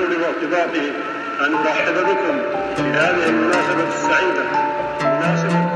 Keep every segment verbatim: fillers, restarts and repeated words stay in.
لي وارتباطي أن أرحب بكم في هذه المناسبة السعيدة، مناسبة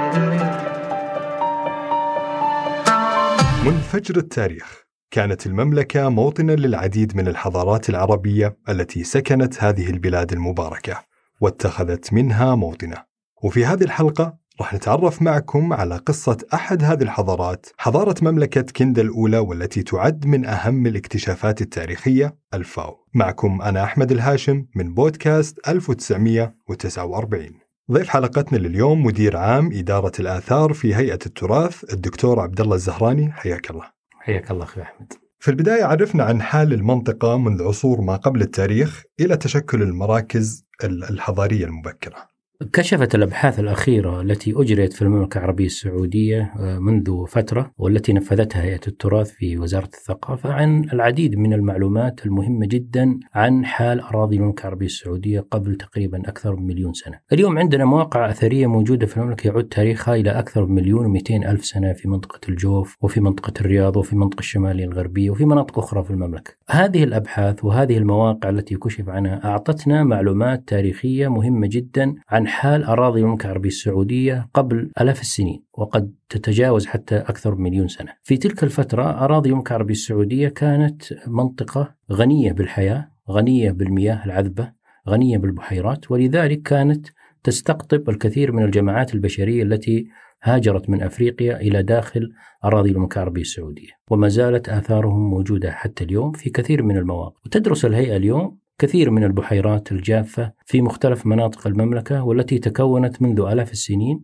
منذ فجر التاريخ كانت المملكة موطنا للعديد من الحضارات العربية التي سكنت هذه البلاد المباركة واتخذت منها موطنة. وفي هذه الحلقة راح نتعرف معكم على قصة أحد هذه الحضارات، حضارة مملكة كندا الأولى، والتي تعد من أهم الاكتشافات التاريخية الفاو. معكم أنا أحمد الهاشم من بودكاست ألف وتسعمائة وتسعة وأربعين. ضيف حلقتنا لليوم مدير عام إدارة الآثار في هيئة التراث الدكتور عبد الله الزهراني. حياك الله. حياك الله أخي أحمد. في البداية عرفنا عن حال المنطقة منذ عصور ما قبل التاريخ إلى تشكل المراكز الحضارية المبكرة. كشفت الأبحاث الأخيرة التي أجريت في المملكة العربية السعودية منذ فترة والتي نفذتها هيئة التراث في وزارة الثقافة عن العديد من المعلومات المهمة جدا عن حال أراضي المملكة العربية السعودية قبل تقريبا أكثر من مليون سنة. اليوم عندنا مواقع أثرية موجودة في المملكة يعود تاريخها إلى أكثر من مليون ومئتين ألف سنة في منطقة الجوف وفي منطقة الرياض وفي منطقة الشمالية الغربية وفي مناطق أخرى في المملكة. هذه الأبحاث وهذه المواقع التي كشف عنها أعطتنا معلومات تاريخية مهمة جدا عن حال أراضي المملكة العربية السعودية قبل آلاف السنين وقد تتجاوز حتى أكثر من مليون سنة. في تلك الفترة أراضي المملكة العربية السعودية كانت منطقة غنية بالحياة، غنية بالمياه العذبة، غنية بالبحيرات، ولذلك كانت تستقطب الكثير من الجماعات البشرية التي هاجرت من أفريقيا إلى داخل أراضي المملكة العربية السعودية، وما زالت آثارهم موجودة حتى اليوم في كثير من المواقع. وتدرس الهيئة اليوم كثير من البحيرات الجافة في مختلف مناطق المملكة والتي تكونت منذ آلاف السنين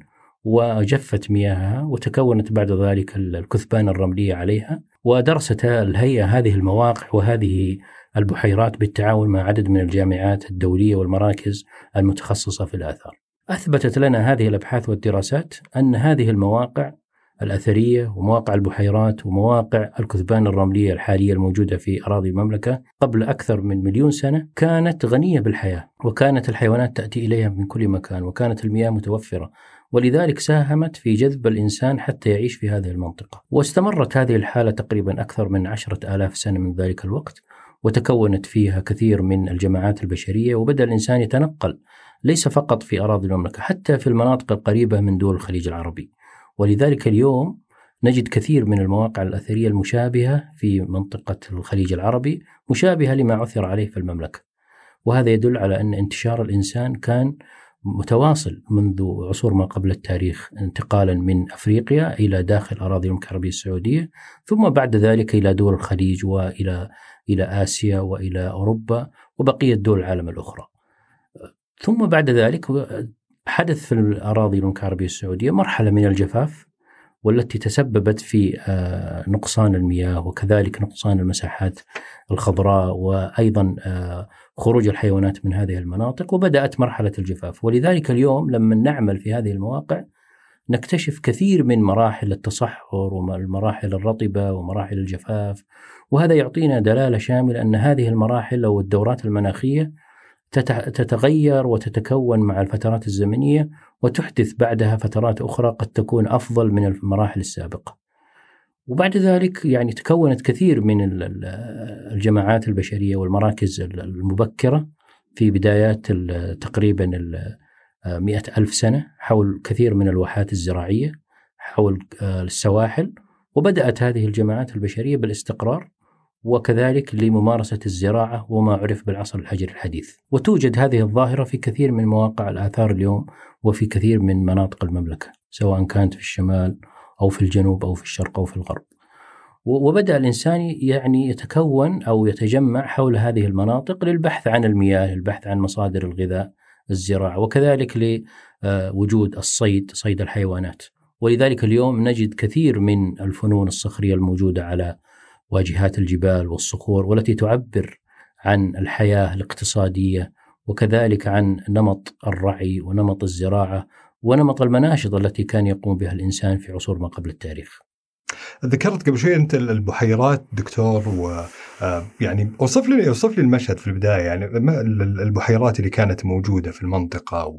وجفت مياهها وتكونت بعد ذلك الكثبان الرملية عليها. ودرست الهيئة هذه المواقع وهذه البحيرات بالتعاون مع عدد من الجامعات الدولية والمراكز المتخصصة في الآثار. أثبتت لنا هذه الأبحاث والدراسات أن هذه المواقع الأثرية ومواقع البحيرات ومواقع الكثبان الرملية الحالية الموجودة في أراضي المملكة قبل أكثر من مليون سنة كانت غنية بالحياة، وكانت الحيوانات تأتي إليها من كل مكان، وكانت المياه متوفرة، ولذلك ساهمت في جذب الإنسان حتى يعيش في هذه المنطقة. واستمرت هذه الحالة تقريبا أكثر من عشرة آلاف سنة من ذلك الوقت، وتكونت فيها كثير من الجماعات البشرية، وبدأ الإنسان يتنقل ليس فقط في أراضي المملكة، حتى في المناطق القريبة من دول الخليج العربي. ولذلك اليوم نجد كثير من المواقع الأثرية المشابهة في منطقة الخليج العربي مشابهة لما عثر عليه في المملكة، وهذا يدل على أن انتشار الإنسان كان متواصل منذ عصور ما قبل التاريخ، انتقالا من أفريقيا إلى داخل أراضي المملكة العربية السعودية، ثم بعد ذلك إلى دول الخليج وإلى إلى آسيا وإلى أوروبا وبقية دول العالم الأخرى. ثم بعد ذلك حدث في الأراضي المملكة العربية السعودية مرحلة من الجفاف، والتي تسببت في نقصان المياه وكذلك نقصان المساحات الخضراء وأيضا خروج الحيوانات من هذه المناطق، وبدأت مرحلة الجفاف. ولذلك اليوم لما نعمل في هذه المواقع نكتشف كثير من مراحل التصحر والمراحل الرطبة ومراحل الجفاف، وهذا يعطينا دلالة شاملة أن هذه المراحل أو الدورات المناخية تتغير وتتكون مع الفترات الزمنية، وتحدث بعدها فترات أخرى قد تكون أفضل من المراحل السابقة. وبعد ذلك يعني تكونت كثير من الجماعات البشرية والمراكز المبكرة في بدايات تقريبا مئة ألف سنة حول كثير من الواحات الزراعية حول السواحل، وبدأت هذه الجماعات البشرية بالاستقرار وكذلك لممارسة الزراعة وما عرف بالعصر الحجري الحديث. وتوجد هذه الظاهرة في كثير من مواقع الآثار اليوم وفي كثير من مناطق المملكة، سواء كانت في الشمال أو في الجنوب أو في الشرق أو في الغرب. وبدأ الإنسان يعني يتكون أو يتجمع حول هذه المناطق للبحث عن المياه، للبحث عن مصادر الغذاء، الزراعة، وكذلك لوجود الصيد، صيد الحيوانات. ولذلك اليوم نجد كثير من الفنون الصخرية الموجودة على واجهات الجبال والصخور، والتي تعبر عن الحياة الاقتصادية وكذلك عن نمط الرعي ونمط الزراعة ونمط المناشط التي كان يقوم بها الإنسان في عصور ما قبل التاريخ. ذكرت قبل شوي أنت البحيرات دكتور، ويعني أوصف لي أوصف لي المشهد في البداية، يعني البحيرات اللي كانت موجودة في المنطقة،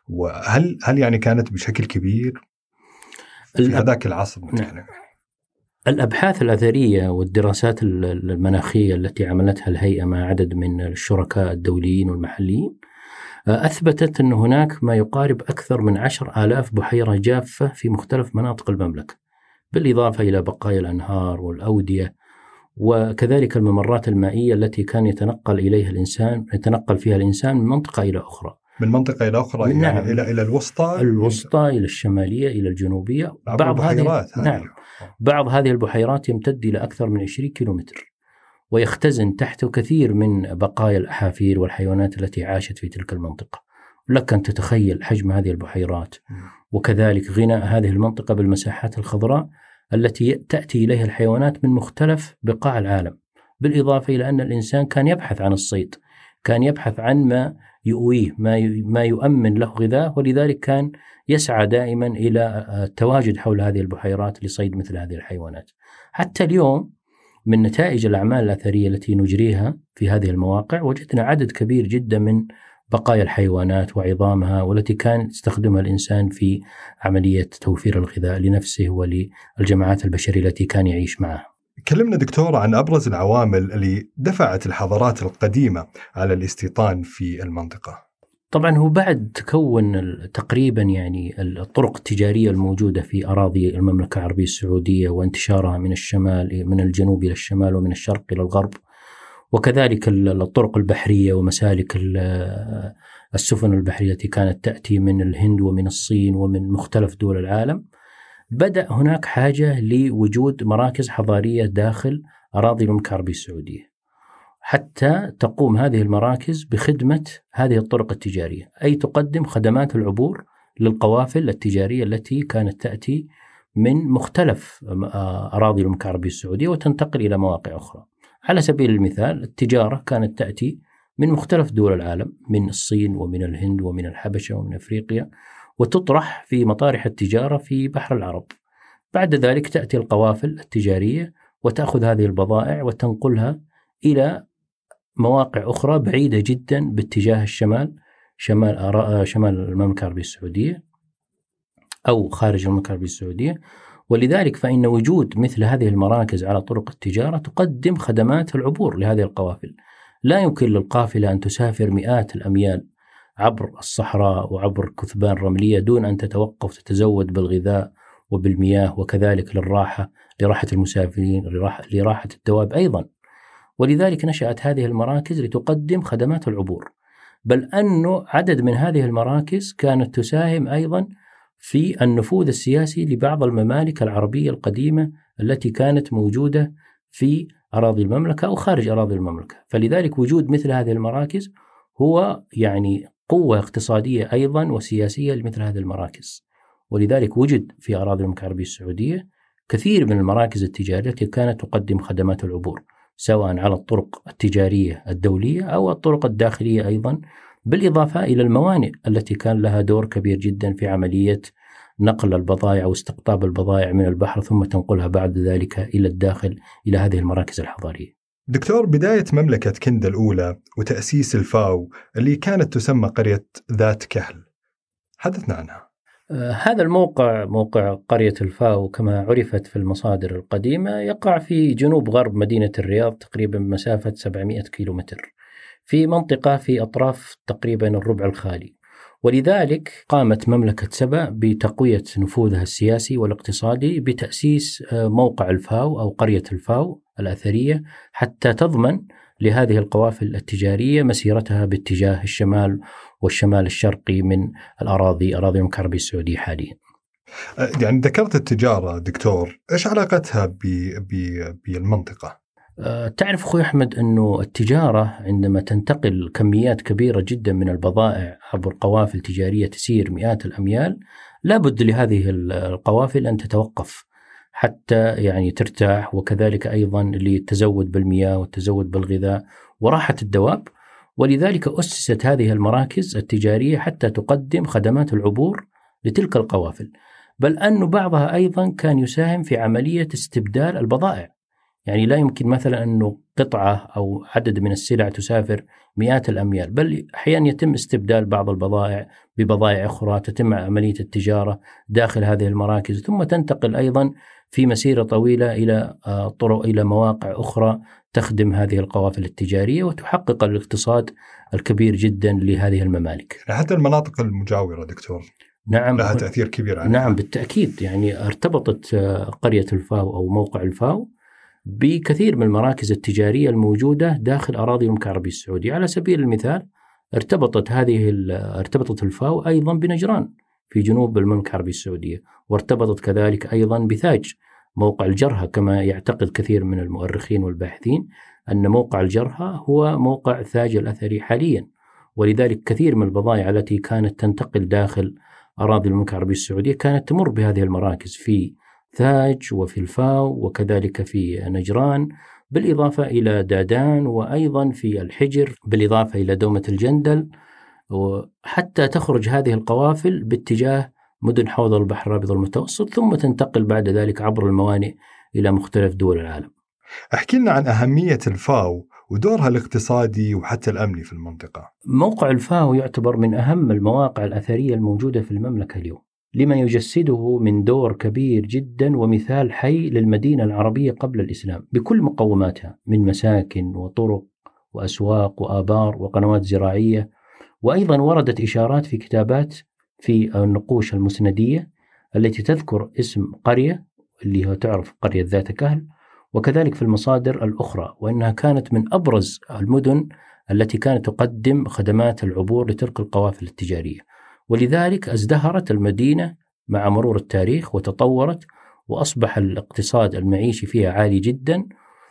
وهل هل يعني كانت بشكل كبير في هذاك العصر؟ نعم. الأبحاث الأثرية والدراسات المناخية التي عملتها الهيئة مع عدد من الشركاء الدوليين والمحليين أثبتت أن هناك ما يقارب أكثر من عشر آلاف بحيرة جافة في مختلف مناطق المملكة، بالإضافة إلى بقايا الأنهار والأودية وكذلك الممرات المائية التي كان يتنقل إليها الإنسان يتنقل فيها الإنسان من منطقة إلى أخرى. من منطقة إلى أخرى يعني نعم. إلى إلى الوسطى الوسطى إلى الشمالية إلى الجنوبية. بعض هذه نعم بعض هذه البحيرات يمتد إلى أكثر من عشرين كيلومتر، ويختزن تحته كثير من بقايا الأحافير والحيوانات التي عاشت في تلك المنطقة. لك أن تتخيل حجم هذه البحيرات وكذلك غناء هذه المنطقة بالمساحات الخضراء التي تأتي إليها الحيوانات من مختلف بقاع العالم، بالإضافة إلى أن الإنسان كان يبحث عن الصيد، كان يبحث عن ما يؤويه، ما ما يؤمن له غذاء، ولذلك كان يسعى دائما إلى التواجد حول هذه البحيرات لصيد مثل هذه الحيوانات. حتى اليوم من نتائج الأعمال الأثرية التي نجريها في هذه المواقع وجدنا عدد كبير جدا من بقايا الحيوانات وعظامها، والتي كان يستخدمها الإنسان في عملية توفير الغذاء لنفسه وللجماعات البشرية التي كان يعيش معها. كلمنا دكتور عن أبرز العوامل اللي دفعت الحضارات القديمة على الاستيطان في المنطقة. طبعا هو بعد تكون تقريبا يعني الطرق التجارية الموجودة في أراضي المملكة العربية السعودية وانتشارها من الشمال من الجنوب إلى الشمال ومن الشرق إلى الغرب، وكذلك الطرق البحرية ومسالك السفن البحرية التي كانت تأتي من الهند ومن الصين ومن مختلف دول العالم، بدأ هناك حاجة لوجود مراكز حضارية داخل أراضي المملكة العربية السعودية حتى تقوم هذه المراكز بخدمة هذه الطرق التجارية، أي تقدم خدمات العبور للقوافل التجارية التي كانت تأتي من مختلف أراضي المملكة العربية السعودية وتنتقل إلى مواقع أخرى. على سبيل المثال التجارة كانت تأتي من مختلف دول العالم، من الصين ومن الهند ومن الحبشة ومن أفريقيا، وتطرح في مطارح التجارة في بحر العرب. بعد ذلك تأتي القوافل التجارية وتأخذ هذه البضائع وتنقلها إلى مواقع أخرى بعيدة جدا باتجاه الشمال، شمال شمال المملكة العربية السعودية أو خارج المملكة العربية السعودية. ولذلك فإن وجود مثل هذه المراكز على طرق التجارة تقدم خدمات العبور لهذه القوافل. لا يمكن للقافلة أن تسافر مئات الأميال عبر الصحراء وعبر كثبان رملية دون أن تتوقف تتزود بالغذاء وبالمياه، وكذلك للراحة لراحة المسافرين لراحة, لراحة الدواب أيضا. ولذلك نشأت هذه المراكز لتقدم خدمات العبور، بل أنه عدد من هذه المراكز كانت تساهم أيضا في النفوذ السياسي لبعض الممالك العربية القديمة التي كانت موجودة في أراضي المملكة أو خارج أراضي المملكة. فلذلك وجود مثل هذه المراكز هو يعني قوة اقتصادية أيضا وسياسية لمثل هذه المراكز. ولذلك وجد في أراضي المملكة العربية السعودية كثير من المراكز التجارية التي كانت تقدم خدمات العبور، سواء على الطرق التجارية الدولية أو الطرق الداخلية أيضا، بالإضافة إلى الموانئ التي كان لها دور كبير جدا في عملية نقل البضائع واستقطاب البضائع من البحر ثم تنقلها بعد ذلك إلى الداخل إلى هذه المراكز الحضارية. دكتور، بداية مملكة كندا الأولى وتأسيس الفاو اللي كانت تسمى قرية ذات كهل، حدثنا عنها. آه هذا الموقع موقع قرية الفاو كما عرفت في المصادر القديمة يقع في جنوب غرب مدينة الرياض تقريبا مسافة سبعمائة كيلومتر، في منطقة في أطراف تقريبا الربع الخالي. ولذلك قامت مملكة سبأ بتقوية نفوذها السياسي والاقتصادي بتأسيس موقع الفاو أو قرية الفاو الأثرية حتى تضمن لهذه القوافل التجارية مسيرتها باتجاه الشمال والشمال الشرقي من الأراضي أراضي المملكة العربية السعودية حاليا. يعني ذكرت التجارة دكتور، إيش علاقتها بالمنطقة؟ تعرف أخوي أحمد أنه التجارة عندما تنتقل كميات كبيرة جدا من البضائع عبر قوافل تجارية تسير مئات الأميال، لابد لهذه القوافل أن تتوقف حتى يعني ترتاح، وكذلك أيضا للتزود بالمياه والتزود بالغذاء وراحة الدواب. ولذلك أسست هذه المراكز التجارية حتى تقدم خدمات العبور لتلك القوافل، بل أن بعضها أيضا كان يساهم في عملية استبدال البضائع. يعني لا يمكن مثلا أنه قطعة أو عدد من السلع تسافر مئات الأميال، بل أحيانا يتم استبدال بعض البضائع ببضائع أخرى، تتم عملية التجارة داخل هذه المراكز، ثم تنتقل أيضا في مسيرة طويلة إلى طرق إلى مواقع أخرى تخدم هذه القوافل التجارية وتحقق الاقتصاد الكبير جدا لهذه الممالك. حتى المناطق المجاورة دكتور نعم لها تأثير كبير عليها. نعم بالتأكيد، يعني ارتبطت قرية الفاو أو موقع الفاو بكثير من المراكز التجارية الموجودة داخل أراضي المملكة العربية السعودية. على سبيل المثال ارتبطت هذه ارتبطت الفاو أيضا بنجران في جنوب المملكة العربية السعودية، وارتبطت كذلك أيضا بثاج موقع الجرهة، كما يعتقد كثير من المؤرخين والباحثين أن موقع الجرهة هو موقع ثاج الأثري حاليا. ولذلك كثير من البضائع التي كانت تنتقل داخل أراضي المملكة العربية السعودية كانت تمر بهذه المراكز في ثاج وفي الفاو وكذلك في نجران، بالإضافة إلى دادان وأيضا في الحجر، بالإضافة إلى دومة الجندل، وحتى تخرج هذه القوافل باتجاه مدن حوض البحر الأبيض المتوسط، ثم تنتقل بعد ذلك عبر الموانئ إلى مختلف دول العالم. احكي لنا عن أهمية الفاو ودورها الاقتصادي وحتى الأمني في المنطقة. موقع الفاو يعتبر من أهم المواقع الأثرية الموجودة في المملكة اليوم، لما يجسده من دور كبير جدا ومثال حي للمدينة العربية قبل الإسلام بكل مقوماتها من مساكن وطرق وأسواق وآبار وقنوات زراعية. وأيضا وردت إشارات في كتابات في النقوش المسندية التي تذكر اسم قرية اللي هو تعرف قرية ذات كهل، وكذلك في المصادر الأخرى، وأنها كانت من أبرز المدن التي كانت تقدم خدمات العبور لتلك القوافل التجارية. ولذلك ازدهرت المدينة مع مرور التاريخ وتطورت، وأصبح الاقتصاد المعيشي فيها عالي جدا.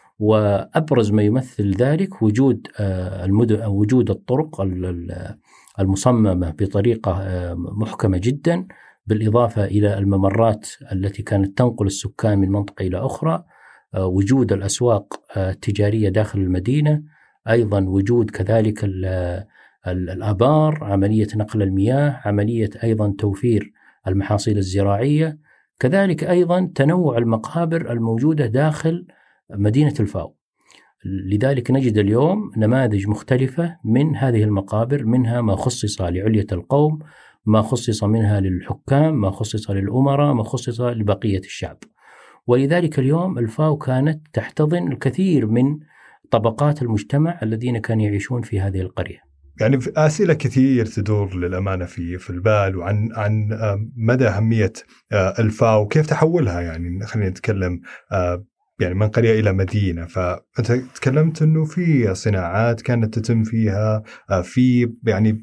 وأبرز ما يمثل ذلك وجود المدن أو وجود الطرق المصممة بطريقة محكمة جدا، بالإضافة إلى الممرات التي كانت تنقل السكان من منطقة إلى أخرى، وجود الأسواق التجارية داخل المدينة، أيضا وجود كذلك الآبار، عملية نقل المياه، عملية أيضا توفير المحاصيل الزراعية، كذلك أيضا تنوع المقابر الموجودة داخل مدينة الفاو. لذلك نجد اليوم نماذج مختلفة من هذه المقابر، منها ما خصص لعلية القوم، ما خصص منها للحكام، ما خصص للأمراء، ما خصص لبقية الشعب. ولذلك اليوم الفاو كانت تحتضن الكثير من طبقات المجتمع الذين كانوا يعيشون في هذه القرية. يعني أسئلة كثير تدور للأمانة في في البال وعن عن مدى أهمية الفاو وكيف تحولها. يعني خلينا نتكلم يعني من قرية إلى مدينة. فأنت تكلمت إنه في صناعات كانت تتم فيها، في يعني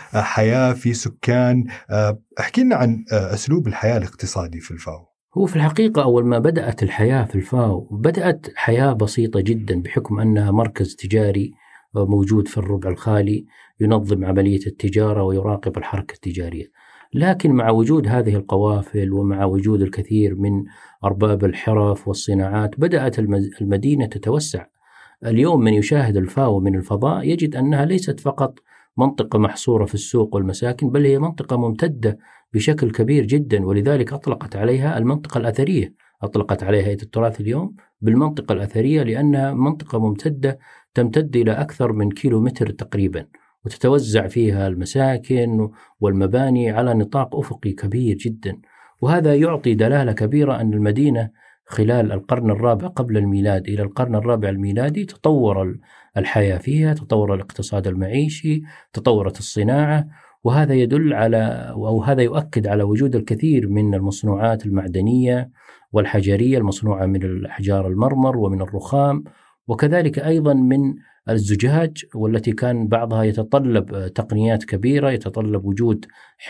حياة، في سكان. احكي لنا عن أسلوب الحياة الاقتصادي في الفاو. هو في الحقيقة أول ما بدأت الحياة في الفاو بدأت حياة بسيطة جدا، بحكم أنها مركز تجاري موجود في الربع الخالي ينظم عملية التجارة ويراقب الحركة التجارية. لكن مع وجود هذه القوافل ومع وجود الكثير من أرباب الحرف والصناعات بدأت المدينة تتوسع. اليوم من يشاهد الفاو من الفضاء يجد أنها ليست فقط منطقة محصورة في السوق والمساكن، بل هي منطقة ممتدة بشكل كبير جدا. ولذلك أطلقت عليها المنطقة الأثرية، أطلقت عليها هيئة التراث اليوم بالمنطقة الأثرية، لأنها منطقة ممتدة تمتد إلى أكثر من كيلو متر تقريبا، وتتوزع فيها المساكن والمباني على نطاق أفقي كبير جدا. وهذا يعطي دلالة كبيرة أن المدينة خلال القرن الرابع قبل الميلاد إلى القرن الرابع الميلادي تطور الحياة فيها، تطور الاقتصاد المعيشي، تطورت الصناعة. وهذا يدل على أو هذا يؤكد على وجود الكثير من المصنوعات المعدنية والحجرية المصنوعة من الأحجار المرمر ومن الرخام، وكذلك أيضا من الزجاج، والتي كان بعضها يتطلب تقنيات كبيرة، يتطلب وجود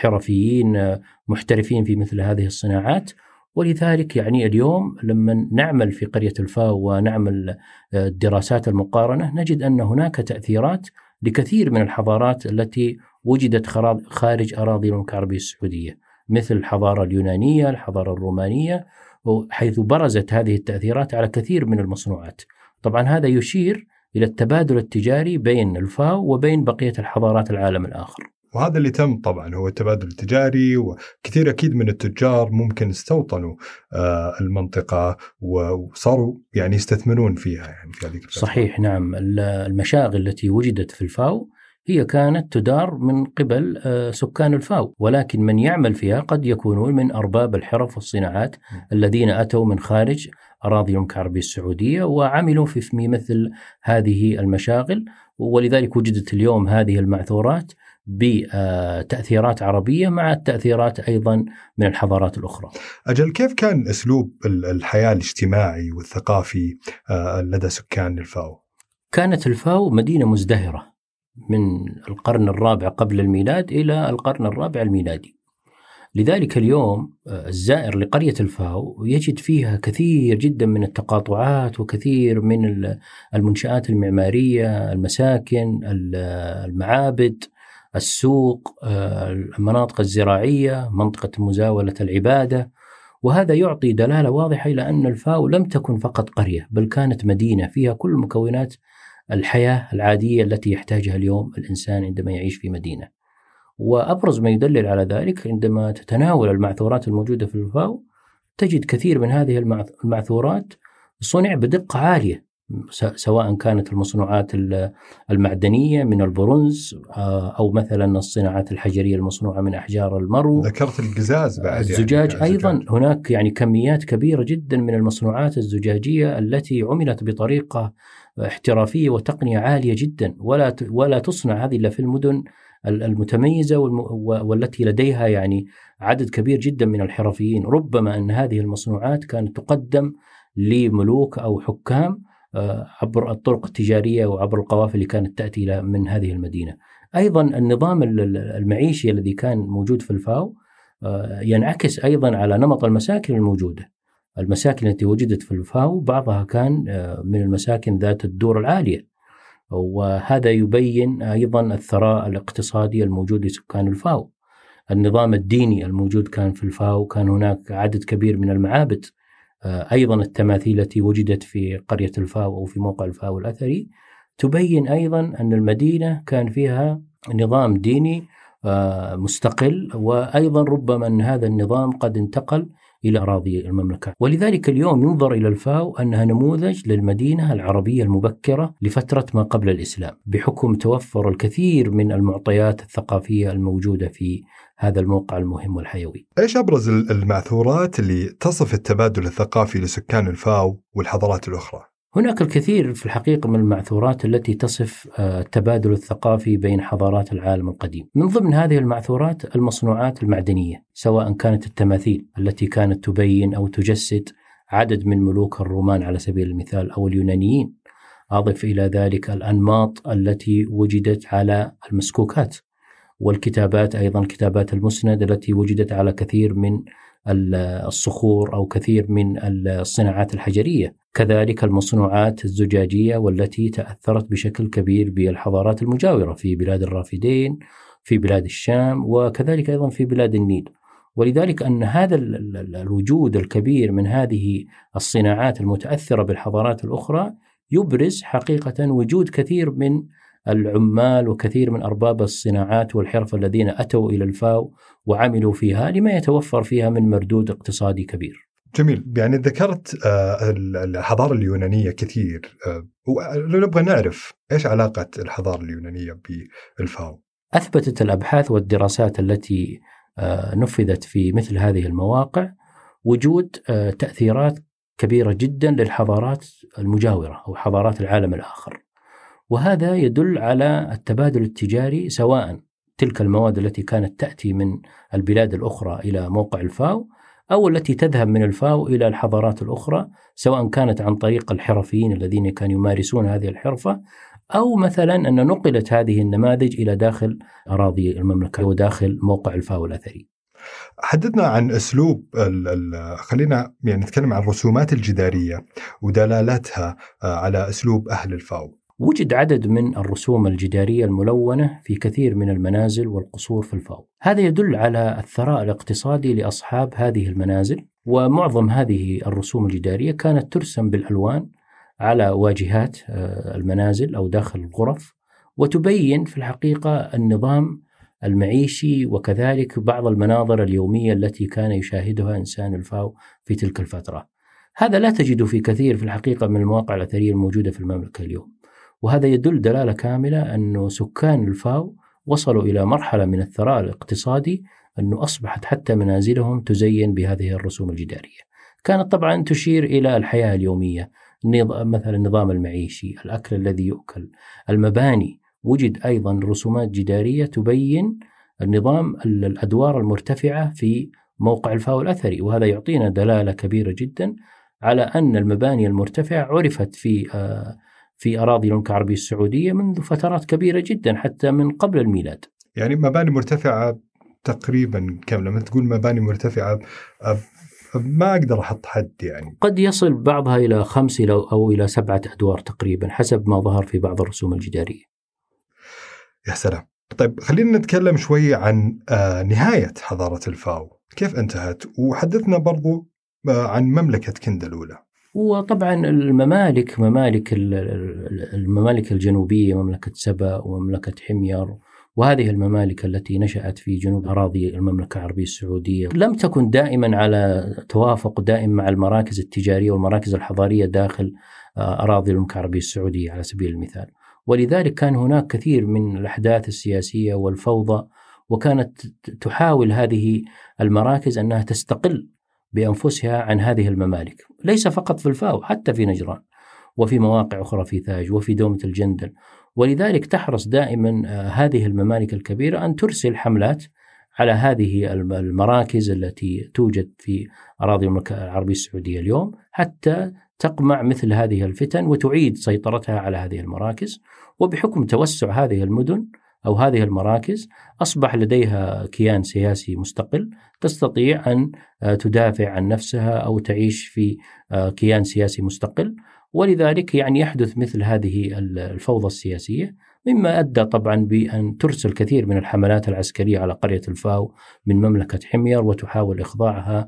حرفيين محترفين في مثل هذه الصناعات. ولذلك يعني اليوم لما نعمل في قرية الفاو ونعمل الدراسات المقارنة نجد أن هناك تأثيرات لكثير من الحضارات التي وجدت خارج أراضي المملكة العربية السعودية، مثل الحضارة اليونانية، الحضارة الرومانية، حيث برزت هذه التأثيرات على كثير من المصنوعات. طبعا هذا يشير إلى التبادل التجاري بين الفاو وبين بقية الحضارات العالم الآخر. وهذا اللي تم طبعا هو التبادل التجاري، وكثير أكيد من التجار ممكن استوطنوا آه المنطقة وصاروا يعني يستثمرون فيها يعني في هذه الفترة. صحيح، نعم. المشاغل التي وجدت في الفاو هي كانت تدار من قبل سكان الفاو، ولكن من يعمل فيها قد يكونون من أرباب الحرف والصناعات الذين أتوا من خارج أراضي المملكة العربية السعودية وعملوا في مثل هذه المشاغل، ولذلك وجدت اليوم هذه المعثورات بتأثيرات عربية مع التأثيرات أيضا من الحضارات الأخرى. أجل، كيف كان أسلوب الحياة الاجتماعي والثقافي لدى سكان الفاو؟ كانت الفاو مدينة مزدهرة من القرن الرابع قبل الميلاد إلى القرن الرابع الميلادي، لذلك اليوم الزائر لقرية الفاو يجد فيها كثير جدا من التقاطعات وكثير من المنشآت المعمارية، المساكن، المعابد، السوق، المناطق الزراعية، منطقة مزاولة العبادة. وهذا يعطي دلالة واضحة إلى أن الفاو لم تكن فقط قرية، بل كانت مدينة فيها كل مكونات الحياة العادية التي يحتاجها اليوم الإنسان عندما يعيش في مدينة. وأبرز ما يدلل على ذلك عندما تتناول المعثورات الموجودة في الفاو تجد كثير من هذه المعثورات صنع بدقة عالية، سواء كانت المصنوعات المعدنية من البرونز أو مثلا الصناعات الحجرية المصنوعة من أحجار المرو. ذكرت القزاز بعد، الزجاج يعني أيضا الزجاج. هناك يعني كميات كبيرة جدا من المصنوعات الزجاجية التي عملت بطريقة احترافية وتقنية عالية جدا، ولا ولا تصنع هذه إلا في المدن المتميزة والتي لديها يعني عدد كبير جدا من الحرفيين. ربما أن هذه المصنوعات كانت تقدم لملوك أو حكام عبر الطرق التجارية وعبر القوافل اللي كانت تأتي من هذه المدينة. أيضا النظام المعيشي الذي كان موجود في الفاو ينعكس أيضا على نمط المساكن الموجودة. المساكن التي وجدت في الفاو بعضها كان من المساكن ذات الدور العالية، وهذا يبين أيضا الثراء الاقتصادي الموجود لسكان الفاو. النظام الديني الموجود كان في الفاو، كان هناك عدد كبير من المعابد. أيضا التماثيل التي وجدت في قرية الفاو أو في موقع الفاو الأثري تبين أيضا أن المدينة كان فيها نظام ديني مستقل، وأيضا ربما أن هذا النظام قد انتقل إلى أراضي المملكة. ولذلك اليوم ينظر إلى الفاو أنها نموذج للمدينة العربية المبكرة لفترة ما قبل الإسلام، بحكم توفر الكثير من المعطيات الثقافية الموجودة في هذا الموقع المهم والحيوي. إيش أبرز المعثورات اللي تصف التبادل الثقافي لسكان الفاو والحضارات الأخرى؟ هناك الكثير في الحقيقة من المعثورات التي تصف التبادل الثقافي بين حضارات العالم القديم. من ضمن هذه المعثورات المصنوعات المعدنية، سواء كانت التماثيل التي كانت تبين أو تجسد عدد من ملوك الرومان على سبيل المثال أو اليونانيين. أضف إلى ذلك الأنماط التي وجدت على المسكوكات، والكتابات أيضا كتابات المسند التي وجدت على كثير من الصخور أو كثير من الصناعات الحجرية. كذلك المصنوعات الزجاجية والتي تأثرت بشكل كبير بالحضارات المجاورة في بلاد الرافدين، في بلاد الشام، وكذلك أيضا في بلاد النيل. ولذلك أن هذا الوجود الكبير من هذه الصناعات المتأثرة بالحضارات الأخرى يبرز حقيقة وجود كثير من العمال وكثير من أرباب الصناعات والحرف الذين أتوا إلى الفاو وعملوا فيها لما يتوفر فيها من مردود اقتصادي كبير. جميل. يعني ذكرت الحضارة اليونانية كثير، ولو نبغى نعرف إيش علاقة الحضارة اليونانية بالفاو؟ أثبتت الأبحاث والدراسات التي نفذت في مثل هذه المواقع وجود تأثيرات كبيرة جدا للحضارات المجاورة أو حضارات العالم الآخر، وهذا يدل على التبادل التجاري، سواء تلك المواد التي كانت تأتي من البلاد الأخرى إلى موقع الفاو أو التي تذهب من الفاو إلى الحضارات الأخرى، سواء كانت عن طريق الحرفيين الذين كانوا يمارسون هذه الحرفة، أو مثلا أن نقلت هذه النماذج إلى داخل أراضي المملكة وداخل موقع الفاو الأثري. حدثنا عن أسلوب ال ال خلينا يعني نتكلم عن الرسومات الجدارية ودلالتها على أسلوب أهل الفاو. وجد عدد من الرسوم الجدارية الملونة في كثير من المنازل والقصور في الفاو. هذا يدل على الثراء الاقتصادي لأصحاب هذه المنازل، ومعظم هذه الرسوم الجدارية كانت ترسم بالألوان على واجهات المنازل أو داخل الغرف، وتبين في الحقيقة النظام المعيشي وكذلك بعض المناظر اليومية التي كان يشاهدها إنسان الفاو في تلك الفترة. هذا لا تجد في كثير في الحقيقة من المواقع الأثرية الموجودة في المملكة اليوم، وهذا يدل دلالة كاملة أن سكان الفاو وصلوا إلى مرحلة من الثراء الاقتصادي أنه أصبحت حتى منازلهم تزين بهذه الرسوم الجدارية. كانت طبعا تشير إلى الحياة اليومية، مثلا النظام المعيشي، الأكل الذي يؤكل، المباني. وجد أيضا رسومات جدارية تبين النظام الأدوار المرتفعة في موقع الفاو الأثري، وهذا يعطينا دلالة كبيرة جدا على أن المباني المرتفعة عرفت في في أراضي المملكة العربية السعودية منذ فترات كبيرة جدا حتى من قبل الميلاد. يعني مباني مرتفعة تقريبا كم؟ لما تقول مباني مرتفعة ما أقدر أحط حد، يعني قد يصل بعضها إلى خمس أو إلى سبعة أدوار تقريبا حسب ما ظهر في بعض الرسوم الجدارية. يا سلام. طيب خلينا نتكلم شوي عن آه نهاية حضارة الفاو، كيف انتهت؟ وحدثنا برضو آه عن مملكة كندا الأولى. وطبعا الممالك ممالك الممالك الجنوبية، مملكة سبأ ومملكة حمير، وهذه الممالك التي نشأت في جنوب أراضي المملكة العربية السعودية لم تكن دائما على توافق دائم مع المراكز التجارية والمراكز الحضارية داخل أراضي المملكة العربية السعودية على سبيل المثال، ولذلك كان هناك كثير من الأحداث السياسية والفوضى، وكانت تحاول هذه المراكز أنها تستقل بأنفسها عن هذه الممالك، ليس فقط في الفاو، حتى في نجران وفي مواقع أخرى في ثاج وفي دومة الجندل. ولذلك تحرص دائما هذه الممالك الكبيرة أن ترسل حملات على هذه المراكز التي توجد في أراضي المملكة العربية السعودية اليوم حتى تقمع مثل هذه الفتن وتعيد سيطرتها على هذه المراكز. وبحكم توسع هذه المدن أو هذه المراكز أصبح لديها كيان سياسي مستقل تستطيع أن تدافع عن نفسها أو تعيش في كيان سياسي مستقل، ولذلك يعني يحدث مثل هذه الفوضى السياسية، مما أدى طبعا بأن ترسل كثير من الحملات العسكرية على قرية الفاو من مملكة حمير وتحاول إخضاعها،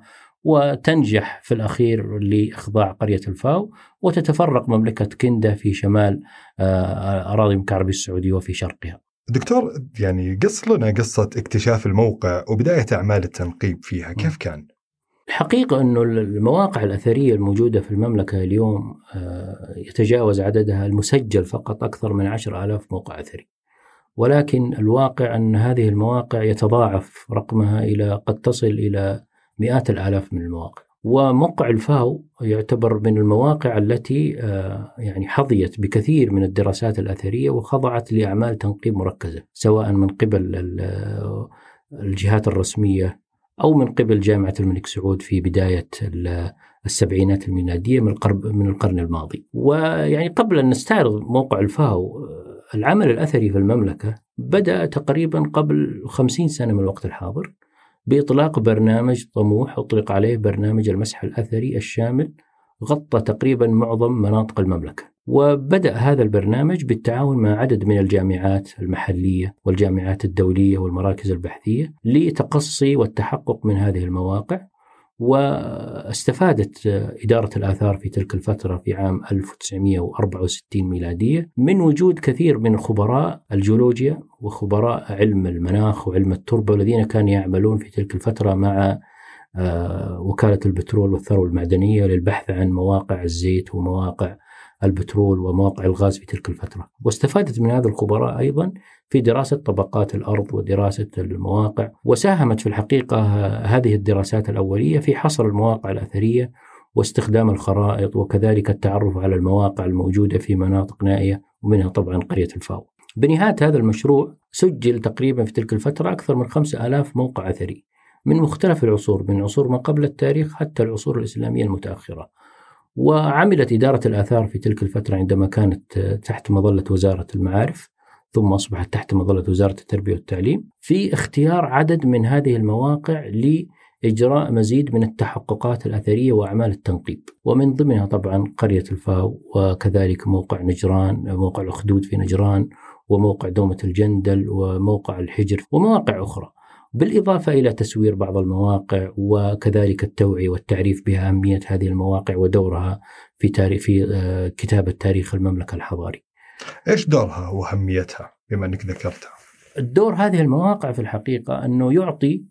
وتنجح في الأخير لإخضاع قرية الفاو، وتتفرق مملكة كندا في شمال أراضي المملكة العربية السعودية وفي شرقها. دكتور، يعني قص لنا قصة اكتشاف الموقع وبداية أعمال التنقيب فيها، كيف كان؟ الحقيقة أنه المواقع الأثرية الموجودة في المملكة اليوم يتجاوز عددها المسجل فقط أكثر من عشر آلاف موقع أثري، ولكن الواقع أن هذه المواقع يتضاعف رقمها إلى قد تصل إلى مئات الآلاف من المواقع. وموقع الفاو يعتبر من المواقع التي يعني حظيت بكثير من الدراسات الأثرية وخضعت لأعمال تنقيب مركزة، سواء من قبل الجهات الرسمية أو من قبل جامعة الملك سعود في بداية السبعينات الميلادية من القرن من القرن الماضي. ويعني قبل أن نستعرض موقع الفاو، العمل الأثري في المملكة بدأ تقريبا قبل خمسين سنة من الوقت الحاضر بإطلاق برنامج طموح أطلق عليه برنامج المسح الأثري الشامل، غطى تقريبا معظم مناطق المملكة. وبدأ هذا البرنامج بالتعاون مع عدد من الجامعات المحلية والجامعات الدولية والمراكز البحثية لتقصي والتحقق من هذه المواقع. واستفادت إدارة الآثار في تلك الفترة في عام ألف وتسعمئة وأربعة وستين ميلادية من وجود كثير من خبراء الجيولوجيا وخبراء علم المناخ وعلم التربة الذين كانوا يعملون في تلك الفترة مع وكالة البترول والثروة المعدنية للبحث عن مواقع الزيت ومواقع البترول ومواقع الغاز في تلك الفترة. واستفادت من هذا الخبراء أيضا في دراسة طبقات الأرض ودراسة المواقع، وساهمت في الحقيقة هذه الدراسات الأولية في حصر المواقع الأثرية واستخدام الخرائط، وكذلك التعرف على المواقع الموجودة في مناطق نائية ومنها طبعا قرية الفاو. بنهاية هذا المشروع سجل تقريبا في تلك الفترة أكثر من خمسة آلاف موقع أثري من مختلف العصور، من عصور ما قبل التاريخ حتى العصور الإسلامية المتأخرة. وعملت إدارة الآثار في تلك الفترة عندما كانت تحت مظلة وزارة المعارف ثم أصبحت تحت مظلة وزارة التربية والتعليم في اختيار عدد من هذه المواقع لإجراء مزيد من التحققات الأثرية وأعمال التنقيب، ومن ضمنها طبعا قرية الفاو، وكذلك موقع نجران، موقع الأخدود في نجران، وموقع دومة الجندل، وموقع الحجر، ومواقع أخرى، بالإضافة إلى تسوير بعض المواقع وكذلك التوعية والتعريف بأهمية هذه المواقع ودورها في تاريخ في كتابة تاريخ المملكة الحضاري. إيش دورها وأهميتها بما أنك ذكرتها؟ الدور هذه المواقع في الحقيقة أنه يعطي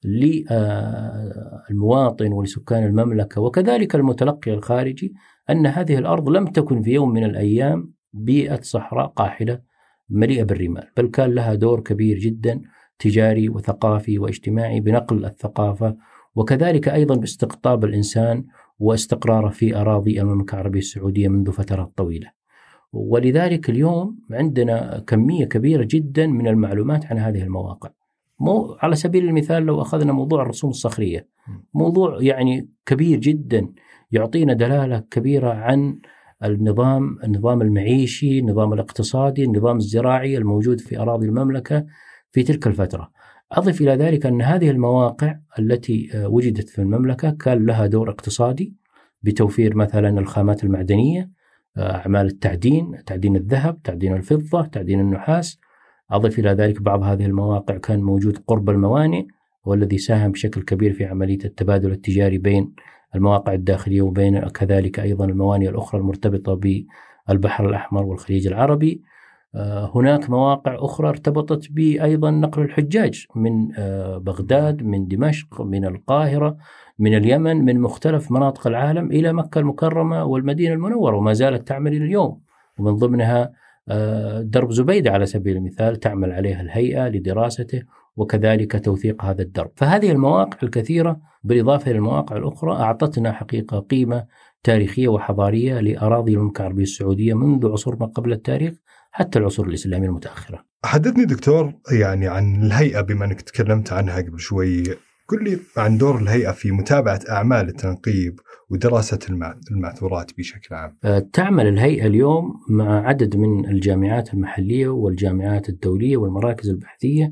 للمواطن ولسكان المملكة وكذلك المتلقي الخارجي أن هذه الأرض لم تكن في يوم من الأيام بيئة صحراء قاحلة مليئة بالرمال، بل كان لها دور كبير جدا تجاري وثقافي واجتماعي بنقل الثقافة، وكذلك أيضا باستقطاب الإنسان واستقراره في أراضي المملكة العربية السعودية منذ فترات طويلة. ولذلك اليوم عندنا كمية كبيرة جدا من المعلومات عن هذه المواقع. مو على سبيل المثال لو أخذنا موضوع الرسوم الصخرية، موضوع يعني كبير جدا يعطينا دلالة كبيرة عن النظام النظام المعيشي، النظام الاقتصادي، النظام الزراعي الموجود في أراضي المملكة في تلك الفترة. أضف إلى ذلك أن هذه المواقع التي وجدت في المملكة كان لها دور اقتصادي بتوفير مثلا الخامات المعدنية، أعمال التعدين، تعدين الذهب، تعدين الفضة، تعدين النحاس. أضف إلى ذلك بعض هذه المواقع كان موجود قرب الموانئ، والذي ساهم بشكل كبير في عملية التبادل التجاري بين المواقع الداخلية وبين كذلك أيضا الموانئ الأخرى المرتبطة بالبحر الأحمر والخليج العربي. هناك مواقع أخرى ارتبطت بأيضا نقل الحجاج من بغداد، من دمشق، من القاهرة، من اليمن، من مختلف مناطق العالم إلى مكة المكرمة والمدينة المنورة، وما زالت تعمل اليوم. ومن ضمنها درب زبيدة على سبيل المثال تعمل عليها الهيئة لدراسته وكذلك توثيق هذا الدرب. فهذه المواقع الكثيرة بالإضافة إلى المواقع الأخرى أعطتنا حقيقة قيمة تاريخية وحضارية لأراضي المملكة العربية السعودية منذ عصور ما قبل التاريخ حتى العصور الإسلامية المتأخرة. حدثني دكتور يعني عن الهيئة، بما أنك تكلمت عنها قبل شوي، قل لي عن دور الهيئة في متابعة أعمال التنقيب ودراسة المعثورات بشكل عام. تعمل الهيئة اليوم مع عدد من الجامعات المحلية والجامعات الدولية والمراكز البحثية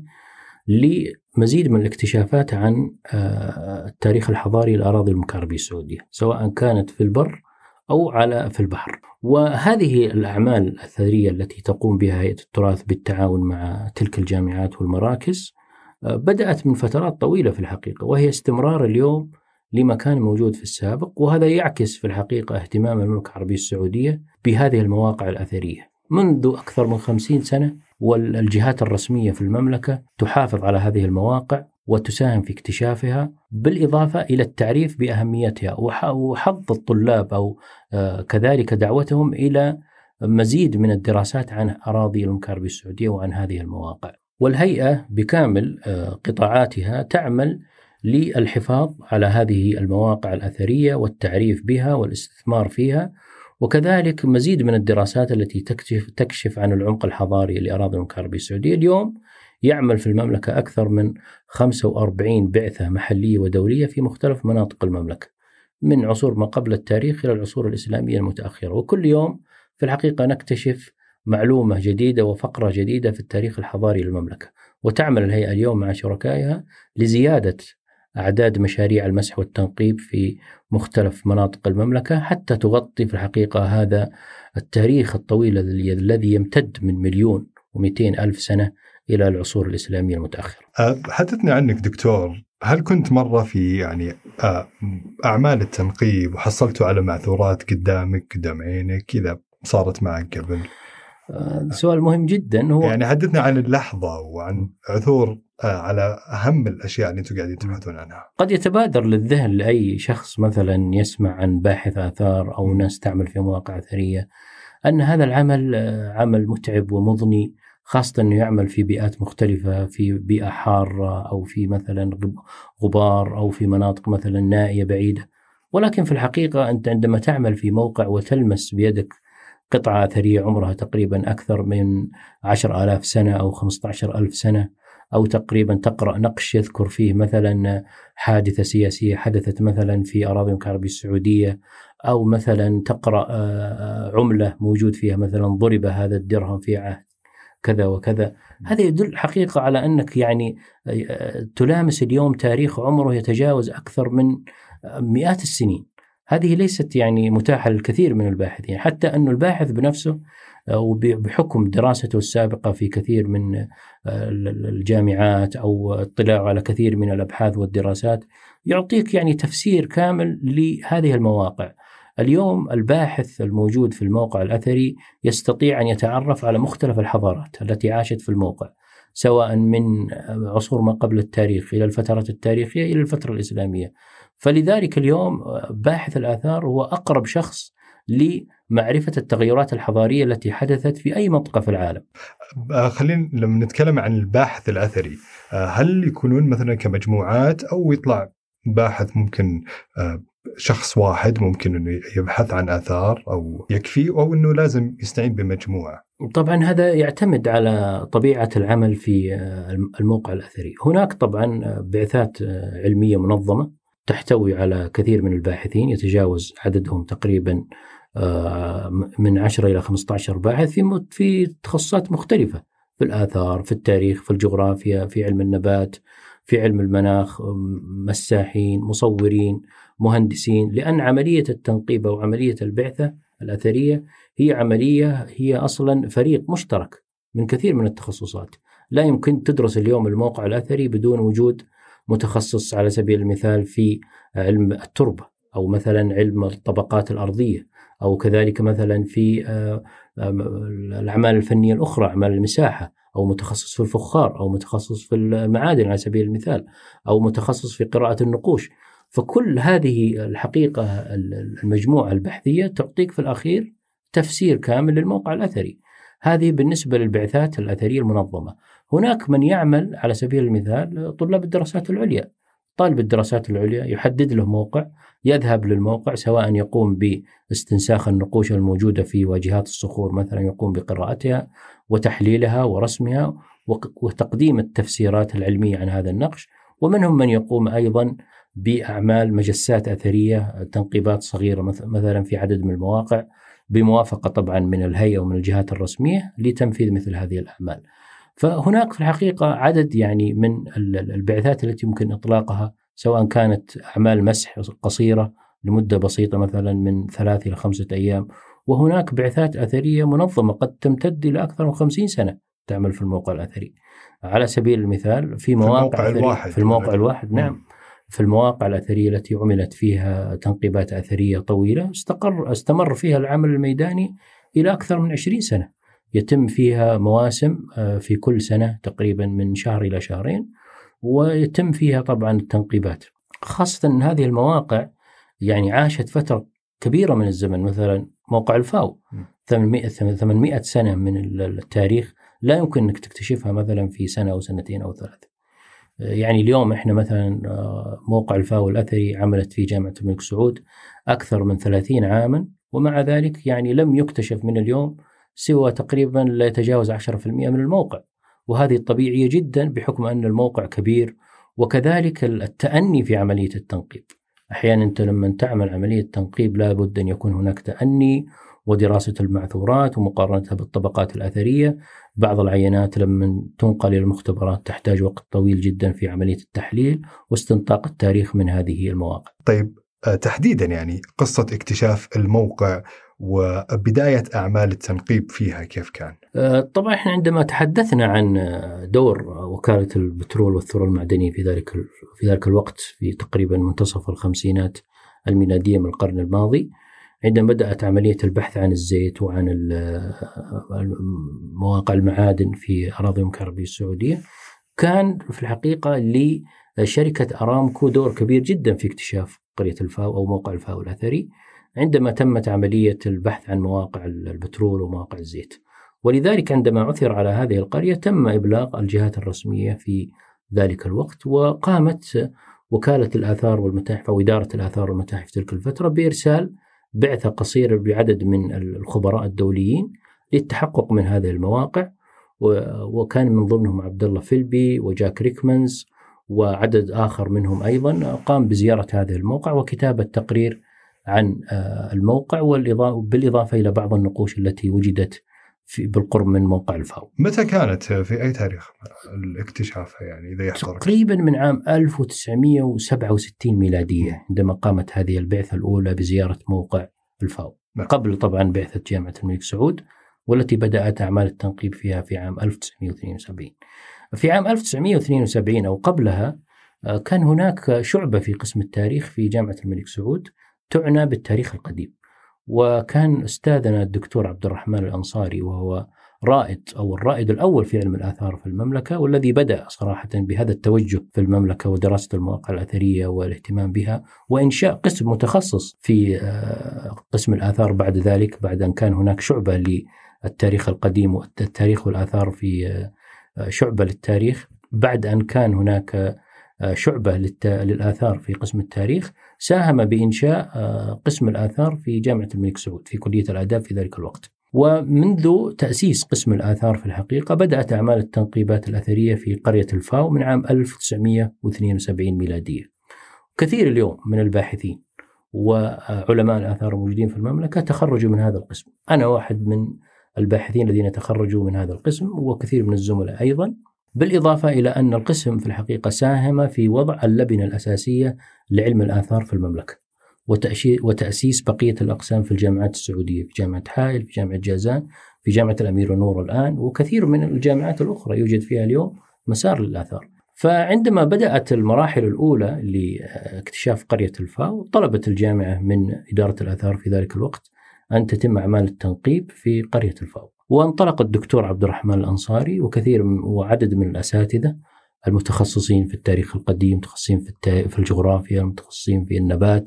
لمزيد من الاكتشافات عن التاريخ الحضاري لأراضي المملكة العربية السعودية، سواء كانت في البر أو على في البحر. وهذه الأعمال الأثرية التي تقوم بها هيئة التراث بالتعاون مع تلك الجامعات والمراكز بدأت من فترات طويلة في الحقيقة، وهي استمرار اليوم لما كان موجود في السابق. وهذا يعكس في الحقيقة اهتمام المملكة العربية السعودية بهذه المواقع الأثرية منذ أكثر من خمسين سنة، والجهات الرسمية في المملكة تحافظ على هذه المواقع وتساهم في اكتشافها، بالإضافة إلى التعريف بأهميتها وحظ الطلاب أو كذلك دعوتهم إلى مزيد من الدراسات عن أراضي المملكة العربية السعودية وعن هذه المواقع. والهيئة بكامل قطاعاتها تعمل للحفاظ على هذه المواقع الأثرية والتعريف بها والاستثمار فيها، وكذلك مزيد من الدراسات التي تكشف, تكشف عن العمق الحضاري لأراضي المملكة العربية السعودية. اليوم يعمل في المملكة أكثر من خمسة وأربعين بعثة محلية ودولية في مختلف مناطق المملكة من عصور ما قبل التاريخ إلى العصور الإسلامية المتأخرة، وكل يوم في الحقيقة نكتشف معلومة جديدة وفقرة جديدة في التاريخ الحضاري للمملكة. وتعمل الهيئة اليوم مع شركائها لزيادة أعداد مشاريع المسح والتنقيب في مختلف مناطق المملكة حتى تغطي في الحقيقة هذا التاريخ الطويل الذي يمتد من مليون ومئتين ألف سنة إلى العصور الإسلامية المتأخرة. حدثني عنك دكتور، هل كنت مرة في يعني أعمال التنقيب وحصلتوا على معثورات قدامك قدام عينك كذا صارت معك قبل؟ سؤال مهم جدا. هو يعني حدثنا عن اللحظة وعن عثور على أهم الأشياء اللي أنتم قاعدين تبحثون عنها. قد يتبادر للذهن لأي شخص مثلا يسمع عن باحث آثار أو ناس تعمل في مواقع أثرية أن هذا العمل عمل متعب ومضني، خاصة أنه يعمل في بيئات مختلفة، في بيئة حارة أو في مثلا غبار أو في مناطق مثلا نائية بعيدة. ولكن في الحقيقة أنت عندما تعمل في موقع وتلمس بيدك قطعة أثرية عمرها تقريبا أكثر من عشر آلاف سنة أو خمسة عشر ألف سنة، أو تقريبا تقرأ نقش يذكر فيه مثلا حادثة سياسية حدثت مثلا في أراضي المملكة العربية السعودية، أو مثلا تقرأ عملة موجود فيها مثلا ضرب هذا الدرهم في عهد كذا وكذا. هذا يدل حقيقة على أنك يعني تلامس اليوم تاريخ عمره يتجاوز أكثر من مئات السنين. هذه ليست يعني متاحة للكثير من الباحثين، حتى أن الباحث بنفسه وبحكم دراسته السابقة في كثير من الجامعات أو اطلاع على كثير من الأبحاث والدراسات يعطيك يعني تفسير كامل لهذه المواقع. اليوم الباحث الموجود في الموقع الأثري يستطيع أن يتعرف على مختلف الحضارات التي عاشت في الموقع، سواء من عصور ما قبل التاريخ إلى الفترات التاريخية إلى الفترة الإسلامية. فلذلك اليوم باحث الآثار هو أقرب شخص لمعرفة التغيرات الحضارية التي حدثت في أي منطقة في العالم. خلينا لما نتكلم عن الباحث الأثري، هل يكونون مثلا كمجموعات أو يطلع باحث ممكن شخص واحد ممكن أنه يبحث عن آثار أو يكفي، أو أنه لازم يستعين بمجموعة؟ طبعا هذا يعتمد على طبيعة العمل في الموقع الأثري. هناك طبعا بعثات علمية منظمة تحتوي على كثير من الباحثين، يتجاوز عددهم تقريبا من عشرة إلى خمسة عشر باحث في في تخصصات مختلفة، في الآثار، في التاريخ، في الجغرافيا، في علم النبات، في علم المناخ، مساحين، مصورين، مهندسين. لأن عملية التنقيب أو عملية البعثة الأثرية هي عملية هي أصلا فريق مشترك من كثير من التخصصات. لا يمكن تدرس اليوم الموقع الأثري بدون وجود متخصص على سبيل المثال في علم التربة، أو مثلا علم الطبقات الأرضية، أو كذلك مثلا في الأعمال الفنية الأخرى، أعمال المساحة، أو متخصص في الفخار، أو متخصص في المعادن على سبيل المثال، أو متخصص في قراءة النقوش. فكل هذه الحقيقة المجموعة البحثية تعطيك في الأخير تفسير كامل للموقع الأثري. هذه بالنسبة للبعثات الأثرية المنظمة. هناك من يعمل على سبيل المثال طلاب الدراسات العليا. طالب الدراسات العليا يحدد له موقع، يذهب للموقع، سواء يقوم باستنساخ النقوش الموجودة في واجهات الصخور مثلا، يقوم بقراءتها وتحليلها ورسمها وتقديم التفسيرات العلمية عن هذا النقش. ومنهم من يقوم أيضا بأعمال مجسات أثرية، تنقيبات صغيرة مثلا في عدد من المواقع، بموافقة طبعا من الهيئة ومن الجهات الرسمية لتنفيذ مثل هذه الأعمال. فهناك في الحقيقة عدد يعني من البعثات التي يمكن إطلاقها، سواء كانت أعمال مسح قصيرة لمدة بسيطة مثلا من ثلاث إلى خمسة أيام، وهناك بعثات أثرية منظمة قد تمتد إلى أكثر من خمسين سنة تعمل في الموقع الأثري. على سبيل المثال في مواقع في الموقع, في الموقع الواحد نعم في المواقع الأثرية التي عملت فيها تنقيبات أثرية طويلة استقر استمر فيها العمل الميداني إلى أكثر من عشرين سنة. يتم فيها مواسم في كل سنة تقريبا من شهر إلى شهرين، ويتم فيها طبعا التنقيبات. خاصة أن هذه المواقع يعني عاشت فترة كبيرة من الزمن. مثلا موقع الفاو ثمانمائة سنة من التاريخ، لا يمكن أنك تكتشفها مثلا في سنة أو سنتين أو ثلاثة. يعني اليوم إحنا مثلا موقع الفاو الأثري عملت في جامعة الملك سعود أكثر من ثلاثين عاما، ومع ذلك يعني لم يكتشف من اليوم سوى تقريبا لا يتجاوز عشرة بالمئة من الموقع. وهذه طبيعية جدا بحكم أن الموقع كبير. وكذلك التأني في عملية التنقيب، أحيانا أنت لما تعمل عملية تنقيب لا بد أن يكون هناك تأني ودراسة المعثورات ومقارنتها بالطبقات الأثرية. بعض العينات لما تنقل إلى المختبرات تحتاج وقت طويل جدا في عملية التحليل واستنطاق التاريخ من هذه المواقع. طيب تحديدا يعني قصة اكتشاف الموقع وبداية أعمال التنقيب فيها كيف كان؟ طبعا احنا عندما تحدثنا عن دور وكالة البترول والثروة المعدنية في ذلك في ذلك الوقت في تقريبا منتصف الخمسينات الميلادية من القرن الماضي، عندما بدأت عملية البحث عن الزيت وعن مواقع المعادن في أراضي المملكة العربية السعودية، كان في الحقيقة لشركة أرامكو دور كبير جدا في اكتشاف قرية الفاو أو موقع الفاو الأثري عندما تمت عملية البحث عن مواقع البترول ومواقع الزيت. ولذلك عندما عثر على هذه القرية تم إبلاغ الجهات الرسمية في ذلك الوقت، وقامت وكالة الآثار والمتاحف أو إدارة الآثار والمتاحف تلك الفترة بإرسال بعثة قصيرة بعدد من الخبراء الدوليين للتحقق من هذه المواقع، وكان من ضمنهم عبد الله فيلبي وجاك ريكمانز وعدد آخر منهم أيضا قام بزيارة هذه الموقع وكتابة تقرير عن الموقع بالإضافة إلى بعض النقوش التي وجدت في بالقرب من موقع الفاو. متى كانت في أي تاريخ الاكتشاف يعني إذا يحضرك؟ تقريبا من عام ألف وتسعمائة وسبعة وستين ميلادية عندما قامت هذه البعثة الأولى بزيارة موقع الفاو، قبل طبعا بعثة جامعة الملك سعود والتي بدأت أعمال التنقيب فيها في عام ألف وتسعمائة واثنين وسبعين. في عام ألف وتسعمائة واثنين وسبعين أو قبلها كان هناك شعبة في قسم التاريخ في جامعة الملك سعود تعنى بالتاريخ القديم، وكان أستاذنا الدكتور عبد الرحمن الأنصاري وهو رائد أو الرائد الأول في علم الآثار في المملكة، والذي بدأ صراحة بهذا التوجه في المملكة ودراسة المواقع الأثرية والاهتمام بها وإنشاء قسم متخصص في قسم الآثار بعد ذلك، بعد أن كان هناك شعبة للتاريخ القديم والتاريخ والآثار في شعبة للتاريخ. بعد أن كان هناك شعبة للآثار في قسم التاريخ، ساهم بإنشاء قسم الآثار في جامعة الملك سعود في كلية الآداب في ذلك الوقت. ومنذ تأسيس قسم الآثار في الحقيقة بدأت أعمال التنقيبات الأثرية في قرية الفاو من عام ألف وتسعمائة واثنين وسبعين ميلادية. كثير اليوم من الباحثين وعلماء الآثار الموجودين في المملكة تخرجوا من هذا القسم. أنا واحد من الباحثين الذين تخرجوا من هذا القسم، وكثير من الزملاء أيضا، بالإضافة إلى أن القسم في الحقيقة ساهم في وضع اللبنة الأساسية لعلم الآثار في المملكة وتأسيس بقية الأقسام في الجامعات السعودية، في جامعة حائل، في جامعة جازان، في جامعة الأمير نور الآن، وكثير من الجامعات الأخرى يوجد فيها اليوم مسار للآثار. فعندما بدأت المراحل الأولى لاكتشاف قرية الفاو، طلبت الجامعة من إدارة الآثار في ذلك الوقت أن تتم أعمال التنقيب في قرية الفاو. وانطلق الدكتور عبد الرحمن الأنصاري وكثير وعدد من الأساتذة المتخصصين في التاريخ القديم، متخصصين في, التا... في الجغرافيا، متخصصين في النبات،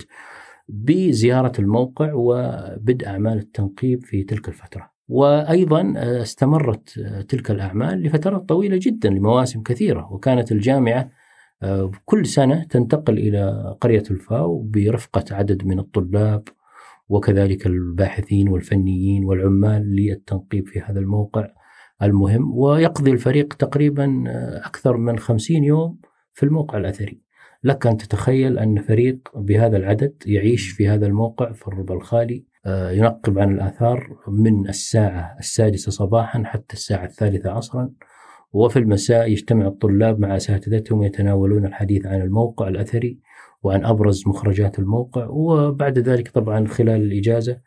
بزيارة الموقع وبدء أعمال التنقيب في تلك الفترة. وأيضا استمرت تلك الأعمال لفترات طويلة جدا لمواسم كثيرة، وكانت الجامعة كل سنة تنتقل إلى قرية الفاو برفقة عدد من الطلاب وكذلك الباحثين والفنيين والعمال للتنقيب في هذا الموقع المهم. ويقضي الفريق تقريبا أكثر من خمسين يوم في الموقع الأثري. لك أن تتخيل أن فريق بهذا العدد يعيش في هذا الموقع في الربع الخالي، ينقب عن الآثار من الساعة السادسة صباحا حتى الساعة الثالثة عصرا، وفي المساء يجتمع الطلاب مع أساتذتهم يتناولون الحديث عن الموقع الأثري وعن أبرز مخرجات الموقع. وبعد ذلك طبعا خلال الإجازة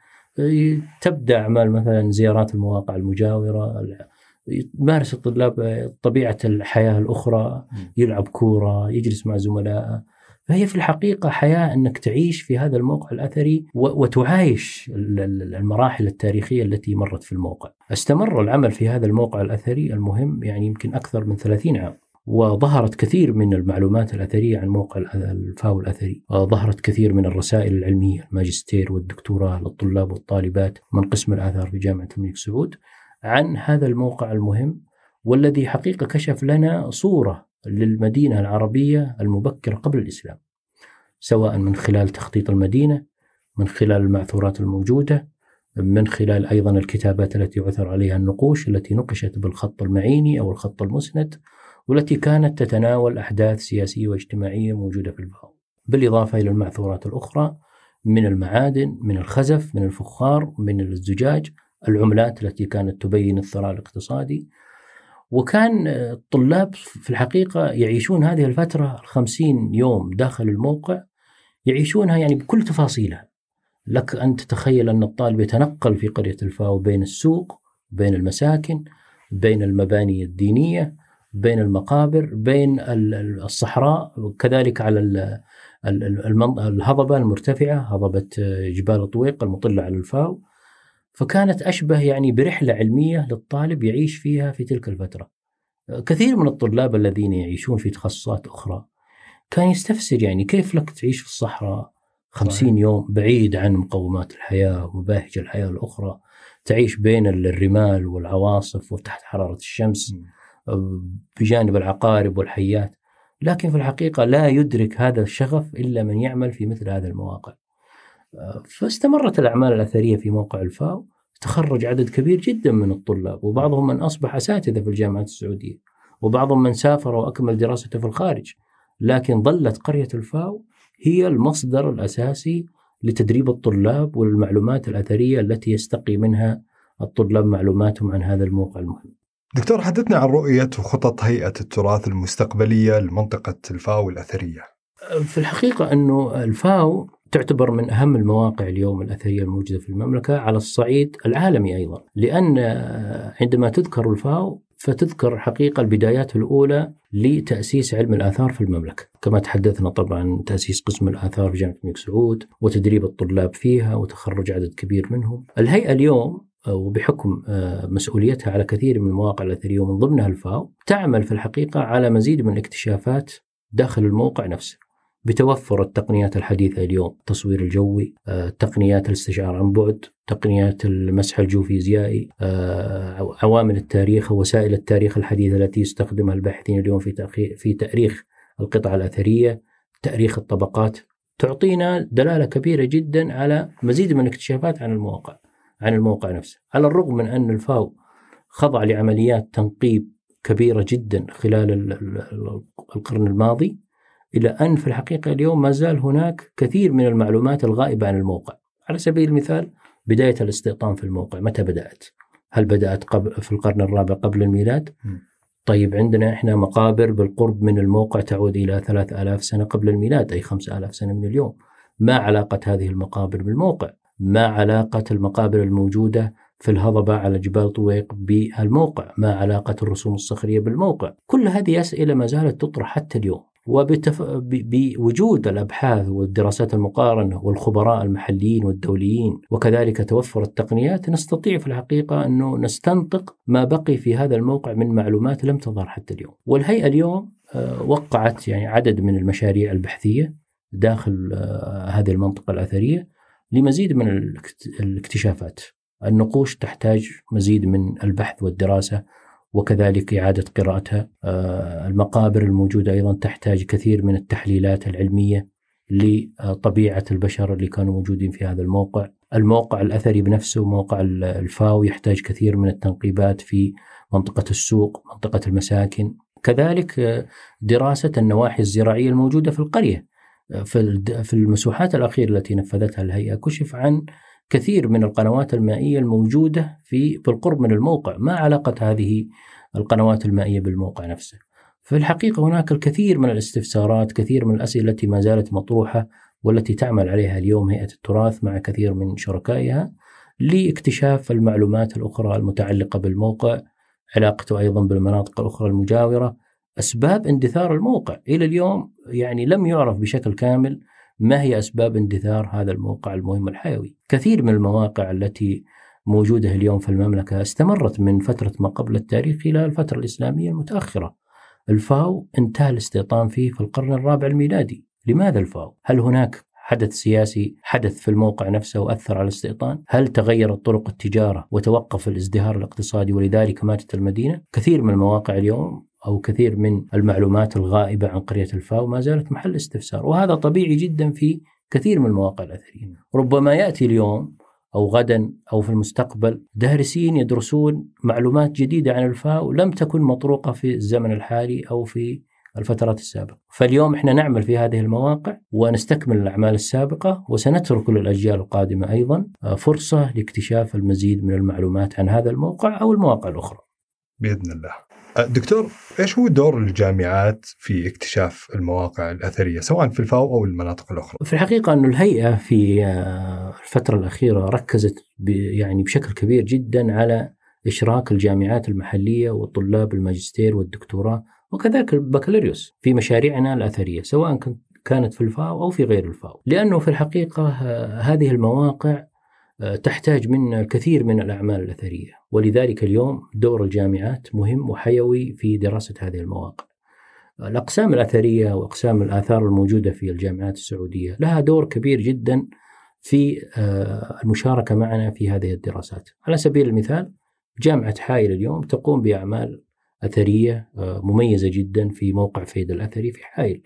تبدأ أعمال مثلا زيارات المواقع المجاورة، يمارس الطلاب طبيعة الحياة الأخرى، يلعب كورة، يجلس مع زملائه. فهي في الحقيقة حياة أنك تعيش في هذا الموقع الأثري وتعايش المراحل التاريخية التي مرت في الموقع. استمر العمل في هذا الموقع الأثري المهم يعني يمكن أكثر من ثلاثين عام، وظهرت كثير من المعلومات الأثرية عن موقع الفاو الأثري، وظهرت كثير من الرسائل العلمية الماجستير والدكتوراه للطلاب والطالبات من قسم الآثار في جامعة الملك سعود عن هذا الموقع المهم، والذي حقيقة كشف لنا صورة للمدينة العربية المبكرة قبل الإسلام، سواء من خلال تخطيط المدينة، من خلال المعثورات الموجودة، من خلال أيضا الكتابات التي عثر عليها النقوش التي نقشت بالخط المعيني أو الخط المسند، والتي كانت تتناول أحداث سياسية واجتماعية موجودة في الفاو، بالإضافة إلى المعثورات الأخرى من المعادن، من الخزف، من الفخار، من الزجاج، العملات التي كانت تبين الثراء الاقتصادي. وكان الطلاب في الحقيقة يعيشون هذه الفترة الخمسين يوم داخل الموقع، يعيشونها يعني بكل تفاصيلها. لك أن تتخيل أن الطالب يتنقل في قرية الفاو بين السوق، بين المساكن، بين المباني الدينية، بين المقابر، بين الصحراء، وكذلك على الهضبة المرتفعة، هضبة جبال طويق المطلة على الفاو. فكانت أشبه يعني برحلة علمية للطالب يعيش فيها في تلك الفترة. كثير من الطلاب الذين يعيشون في تخصصات أخرى كان يستفسر يعني كيف لك تعيش في الصحراء خمسين يوم بعيد عن مقومات الحياة ومباهج الحياة الأخرى، تعيش بين الرمال والعواصف وتحت حرارة الشمس بجانب العقارب والحيات. لكن في الحقيقة لا يدرك هذا الشغف إلا من يعمل في مثل هذا المواقع. فاستمرت الأعمال الأثرية في موقع الفاو، تخرج عدد كبير جدا من الطلاب، وبعضهم من أصبح أساتذة في الجامعات السعودية، وبعضهم من سافر وأكمل دراسته في الخارج. لكن ظلت قرية الفاو هي المصدر الأساسي لتدريب الطلاب والمعلومات الأثرية التي يستقي منها الطلاب معلوماتهم عن هذا الموقع المهم. دكتور، حدثنا عن رؤية وخطط هيئة التراث المستقبلية لمنطقة الفاو الأثرية. في الحقيقة أنه الفاو تعتبر من أهم المواقع اليوم الأثرية الموجودة في المملكة على الصعيد العالمي أيضا، لأن عندما تذكر الفاو فتذكر حقيقة البدايات الأولى لتأسيس علم الآثار في المملكة، كما تحدثنا طبعا تأسيس قسم الآثار في جامعة الملك سعود وتدريب الطلاب فيها وتخرج عدد كبير منهم. الهيئة اليوم وبحكم مسؤوليتها على كثير من المواقع الأثرية ومن ضمنها الفاو، تعمل في الحقيقة على مزيد من الاكتشافات داخل الموقع نفسه بتوفر التقنيات الحديثة اليوم، التصوير الجوي، تقنيات الاستشعار عن بعد، تقنيات المسح الجيوفيزيائي، عوامل التاريخ ووسائل التاريخ الحديثة التي يستخدمها الباحثين اليوم في في تأريخ القطع الأثرية، تأريخ الطبقات، تعطينا دلالة كبيرة جدا على مزيد من الاكتشافات عن الموقع عن الموقع نفسه. على الرغم من أن الفاو خضع لعمليات تنقيب كبيرة جدا خلال القرن الماضي، إلى أن في الحقيقة اليوم ما زال هناك كثير من المعلومات الغائبة عن الموقع. على سبيل المثال بداية الاستيطان في الموقع متى بدأت؟ هل بدأت قبل في القرن الرابع قبل الميلاد؟ م. طيب عندنا إحنا مقابر بالقرب من الموقع تعود إلى ثلاث آلاف سنة قبل الميلاد، أي خمس آلاف سنة من اليوم. ما علاقة هذه المقابر بالموقع؟ ما علاقة المقابر الموجودة في الهضبة على جبال طويق بالموقع؟ ما علاقة الرسوم الصخرية بالموقع؟ كل هذه أسئلة ما زالت تطرح حتى اليوم، وبتف... بوجود الأبحاث والدراسات المقارنة والخبراء المحليين والدوليين وكذلك توفر التقنيات، نستطيع في الحقيقة أنه نستنطق ما بقي في هذا الموقع من معلومات لم تظهر حتى اليوم. والهيئة اليوم وقعت يعني عدد من المشاريع البحثية داخل هذه المنطقة الأثرية لمزيد من الاكتشافات. النقوش تحتاج مزيد من البحث والدراسة وكذلك إعادة قراءتها. المقابر الموجودة أيضا تحتاج كثير من التحليلات العلمية لطبيعة البشر اللي كانوا موجودين في هذا الموقع. الموقع الأثري بنفسه موقع الفاو يحتاج كثير من التنقيبات في منطقة السوق، منطقة المساكن، كذلك دراسة النواحي الزراعية الموجودة في القرية. في المسوحات الأخيرة التي نفذتها الهيئة كشف عن كثير من القنوات المائية الموجودة في بالقرب من الموقع. ما علاقة هذه القنوات المائية بالموقع نفسه؟ في الحقيقة هناك الكثير من الاستفسارات، كثير من الأسئلة التي ما زالت مطروحة والتي تعمل عليها اليوم هيئة التراث مع كثير من شركائها لاكتشاف المعلومات الأخرى المتعلقة بالموقع، علاقته أيضا بالمناطق الأخرى المجاورة، أسباب اندثار الموقع. إلى اليوم يعني لم يعرف بشكل كامل ما هي أسباب اندثار هذا الموقع المهم الحيوي. كثير من المواقع التي موجودة اليوم في المملكة استمرت من فترة ما قبل التاريخ إلى الفترة الإسلامية المتأخرة. الفاو انتهى الاستيطان فيه في القرن الرابع الميلادي. لماذا الفاو؟ هل هناك حدث سياسي حدث في الموقع نفسه وأثر على الاستيطان؟ هل تغيرت طرق التجارة وتوقف الازدهار الاقتصادي ولذلك ماتت المدينة؟ كثير من المواقع اليوم أو كثير من المعلومات الغائبة عن قرية الفاو ما زالت محل استفسار، وهذا طبيعي جدا في كثير من المواقع الأثرية. ربما يأتي اليوم أو غدا أو في المستقبل دارسين يدرسون معلومات جديدة عن الفاو لم تكن مطروقة في الزمن الحالي أو في الفترات السابقة. فاليوم احنا نعمل في هذه المواقع ونستكمل الأعمال السابقة، وسنترك للأجيال القادمة أيضا فرصة لاكتشاف المزيد من المعلومات عن هذا الموقع أو المواقع الأخرى بإذن الله. دكتور، إيش هو دور الجامعات في اكتشاف المواقع الأثرية سواء في الفاو أو المناطق الأخرى؟ في الحقيقة أن الهيئة في الفترة الأخيرة ركزت يعني بشكل كبير جدا على إشراك الجامعات المحلية وطلاب الماجستير والدكتوراه وكذلك البكالوريوس في مشاريعنا الأثرية سواء كانت في الفاو أو في غير الفاو، لأنه في الحقيقة هذه المواقع تحتاج منا الكثير من الأعمال الأثرية، ولذلك اليوم دور الجامعات مهم وحيوي في دراسة هذه المواقع. الأقسام الأثرية وأقسام الآثار الموجودة في الجامعات السعودية لها دور كبير جدا في المشاركة معنا في هذه الدراسات. على سبيل المثال جامعة حائل اليوم تقوم بأعمال أثرية مميزة جدا في موقع فيد الأثري في حائل.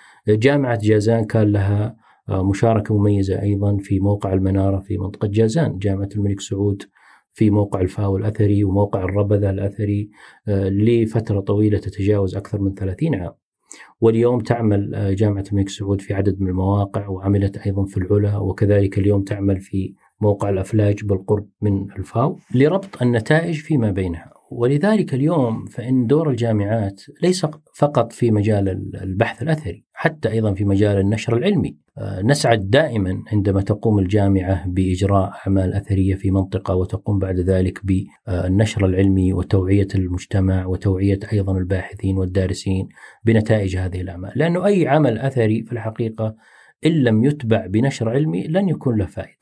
جامعة جازان كان لها مشاركة مميزة أيضا في موقع المنارة في منطقة جازان. جامعة الملك سعود في موقع الفاو الأثري وموقع الربذة الأثري لفترة طويلة تتجاوز أكثر من ثلاثين عام. واليوم تعمل جامعة الملك سعود في عدد من المواقع، وعملت أيضا في العلا، وكذلك اليوم تعمل في موقع الأفلاج بالقرب من الفاو لربط النتائج فيما بينها. ولذلك اليوم فإن دور الجامعات ليس فقط في مجال البحث الأثري، حتى أيضا في مجال النشر العلمي. نسعد دائما عندما تقوم الجامعة بإجراء أعمال أثرية في منطقة وتقوم بعد ذلك بالنشر العلمي وتوعية المجتمع وتوعية أيضا الباحثين والدارسين بنتائج هذه الأعمال، لأنه أي عمل أثري في الحقيقة إن لم يتبع بنشر علمي لن يكون له فائدة.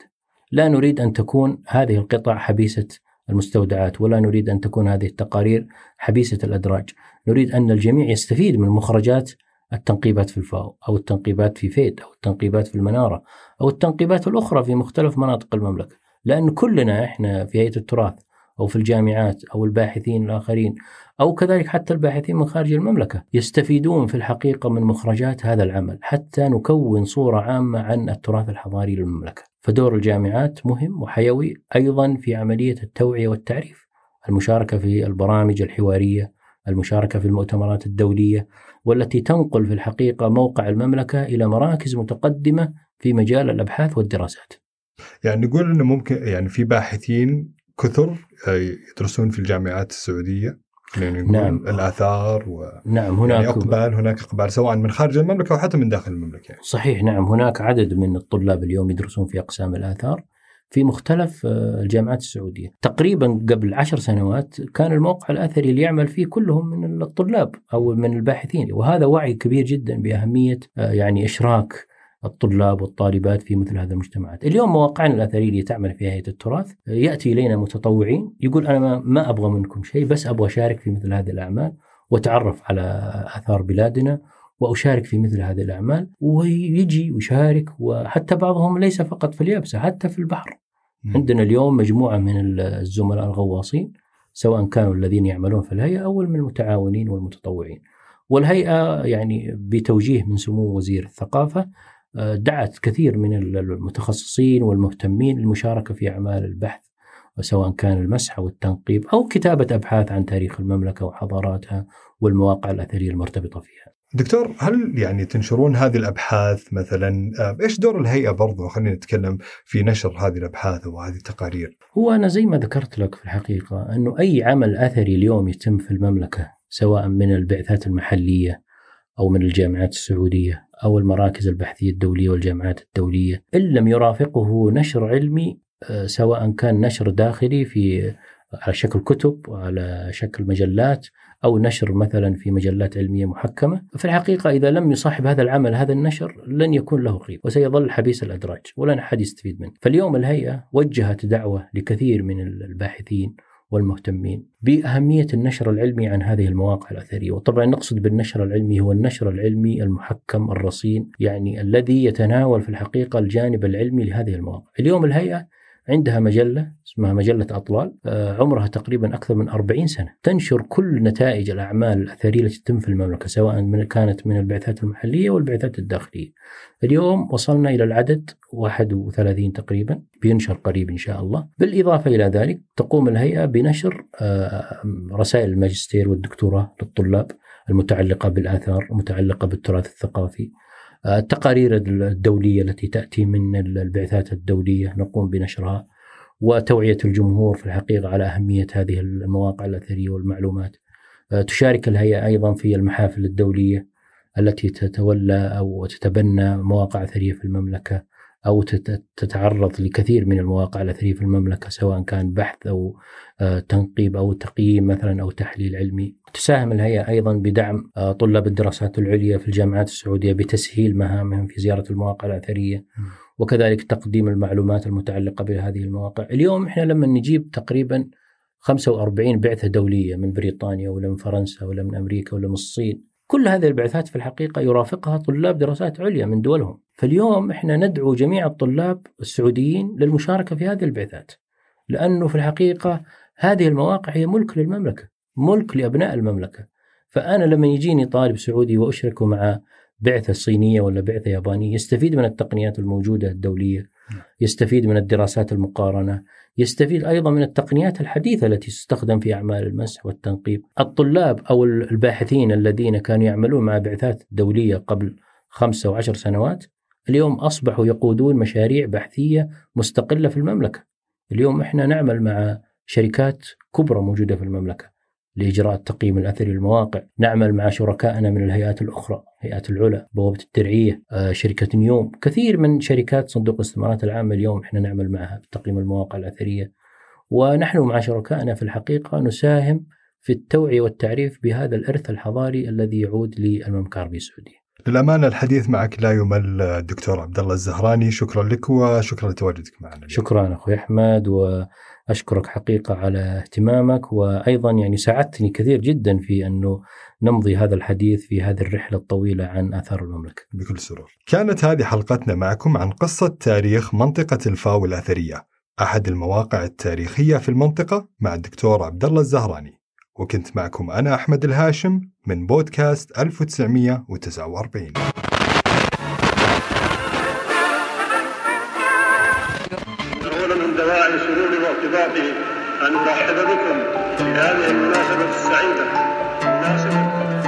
لا نريد أن تكون هذه القطع حبيسة المستودعات، ولا نريد أن تكون هذه التقارير حبيسة الأدراج. نريد أن الجميع يستفيد من مخرجات التنقيبات في الفاو، أو التنقيبات في فيد، أو التنقيبات في المنارة، أو التنقيبات الأخرى في مختلف مناطق المملكة. لأن كلنا إحنا في هيئة التراث أو في الجامعات أو الباحثين الآخرين أو كذلك حتى الباحثين من خارج المملكة يستفيدون في الحقيقة من مخرجات هذا العمل حتى نكون صورة عامة عن التراث الحضاري للمملكة. فدور الجامعات مهم وحيوي أيضا في عملية التوعية والتعريف، المشاركة في البرامج الحوارية، المشاركة في المؤتمرات الدولية، والتي تنقل في الحقيقة موقع المملكة إلى مراكز متقدمة في مجال الأبحاث والدراسات. يعني نقول أنه ممكن يعني في باحثين كثر يدرسون في الجامعات السعودية، يعني نقول نعم. الآثار و... نعم هناك يعني أقبال هناك إقبال سواء من خارج المملكة أو حتى من داخل المملكة. صحيح، نعم هناك عدد من الطلاب اليوم يدرسون في أقسام الآثار في مختلف الجامعات السعودية. تقريبا قبل عشر سنوات كان الموقع الأثري اللي يعمل فيه كلهم من الطلاب أو من الباحثين، وهذا وعي كبير جدا بأهمية يعني إشراك الطلاب والطالبات في مثل هذه المجتمعات. اليوم مواقعنا الأثرية اللي تعمل في هيئة التراث يأتي إلينا متطوعين يقول أنا ما, ما أبغى منكم شيء، بس أبغى أشارك في مثل هذه الأعمال وتعرف على آثار بلادنا وأشارك في مثل هذه الأعمال، ويجي ويشارك. وحتى بعضهم ليس فقط في اليابسة، حتى في البحر. م. عندنا اليوم مجموعة من الزملاء الغواصين سواء كانوا الذين يعملون في الهيئة أو من المتعاونين والمتطوعين. والهيئة يعني بتوجيه من سمو وزير الثقافة دعت كثير من المتخصصين والمهتمين للمشاركة في أعمال البحث، سواء كان المسح أو التنقيب أو كتابة أبحاث عن تاريخ المملكة وحضاراتها والمواقع الأثرية المرتبطة فيها. دكتور، هل يعني تنشرون هذه الأبحاث مثلا؟ إيش دور الهيئة برضو؟ خلينا نتكلم في نشر هذه الأبحاث وهذه التقارير. هو أنا زي ما ذكرت لك في الحقيقة أنه أي عمل أثري اليوم يتم في المملكة سواء من البعثات المحلية أو من الجامعات السعودية أو المراكز البحثية الدولية والجامعات الدولية، إن لم يرافقه نشر علمي سواء كان نشر داخلي في على شكل كتب وعلى شكل مجلات أو نشر مثلا في مجلات علمية محكمة، في الحقيقة إذا لم يصاحب هذا العمل هذا النشر لن يكون له قيمة وسيظل حبيس الأدراج ولن أحد يستفيد منه. فاليوم الهيئة وجهت دعوة لكثير من الباحثين والمهتمين بأهمية النشر العلمي عن هذه المواقع الأثرية. وطبعا نقصد بالنشر العلمي هو النشر العلمي المحكم الرصين، يعني الذي يتناول في الحقيقة الجانب العلمي لهذه المواقع. اليوم الهيئة عندها مجلة اسمها مجلة أطلال عمرها تقريبا أكثر من أربعين سنة، تنشر كل نتائج الأعمال الأثرية التي تتم في المملكة سواء من كانت من البعثات المحلية والبعثات الداخلية. اليوم وصلنا إلى العدد واحد وثلاثين تقريبا، بينشر قريب إن شاء الله. بالإضافة إلى ذلك تقوم الهيئة بنشر رسائل الماجستير والدكتوراه للطلاب المتعلقة بالآثار المتعلقة بالتراث الثقافي، التقارير الدولية التي تأتي من البعثات الدولية نقوم بنشرها، وتوعية الجمهور في الحقيقة على أهمية هذه المواقع الأثرية والمعلومات. تشارك الهيئة أيضا في المحافل الدولية التي تتولى أو تتبنى مواقع أثرية في المملكة أو تتعرض لكثير من المواقع الأثرية في المملكة سواء كان بحث أو تنقيب أو تقييم مثلا أو تحليل علمي. تساهم الهيئة أيضا بدعم طلاب الدراسات العليا في الجامعات السعودية بتسهيل مهامهم في زيارة المواقع الأثرية وكذلك تقديم المعلومات المتعلقة بهذه المواقع. اليوم إحنا لما نجيب تقريبا خمسة وأربعين بعثة دولية من بريطانيا ولا من فرنسا ولا من أمريكا ولا من الصين، كل هذه البعثات في الحقيقة يرافقها طلاب دراسات عليا من دولهم. فاليوم إحنا ندعو جميع الطلاب السعوديين للمشاركة في هذه البعثات، لأنه في الحقيقة هذه المواقع هي ملك للمملكة، ملك لأبناء المملكة. فأنا لما يجيني طالب سعودي وأشركه مع بعثة صينية ولا بعثة يابانية يستفيد من التقنيات الموجودة الدولية، يستفيد من الدراسات المقارنة، يستفيد أيضا من التقنيات الحديثة التي تستخدم في أعمال المسح والتنقيب. الطلاب أو الباحثين الذين كانوا يعملون مع بعثات دولية قبل خمسة وعشر سنوات اليوم أصبحوا يقودون مشاريع بحثية مستقلة في المملكة. اليوم إحنا نعمل مع شركات كبرى موجودة في المملكة لإجراء التقييم الأثري للمواقع، نعمل مع شركائنا من الهيئات الأخرى، هيئات العلا، بوابة الدرعية، شركة نيوم، كثير من شركات صندوق الاستثمارات العامة اليوم إحنا نعمل معها في تقييم المواقع الأثرية. ونحن مع شركائنا في الحقيقة نساهم في التوعية والتعريف بهذا الإرث الحضاري الذي يعود للمملكة العربية السعودية. للأمانة الحديث معك لا يمل الدكتور عبد الله الزهراني، شكرا لك وشكرا لتواجدك معنا. شكرا أخوي أحمد، وأشكرك حقيقة على اهتمامك، وأيضا يعني ساعدتني كثير جدا في أنه نمضي هذا الحديث في هذه الرحلة الطويلة عن آثار المملكة. بكل سرور. كانت هذه حلقتنا معكم عن قصة تاريخ منطقة الفاو الأثرية، أحد المواقع التاريخية في المنطقة، مع الدكتور عبد الله الزهراني. وكنت معكم أنا أحمد الهاشم من بودكاست ألف وتسعمئة وتسعة وأربعين. أولا من دواعي سروري وارتباطي أن أرحب بكم في هذه المناسبة السعيدة، مناسبة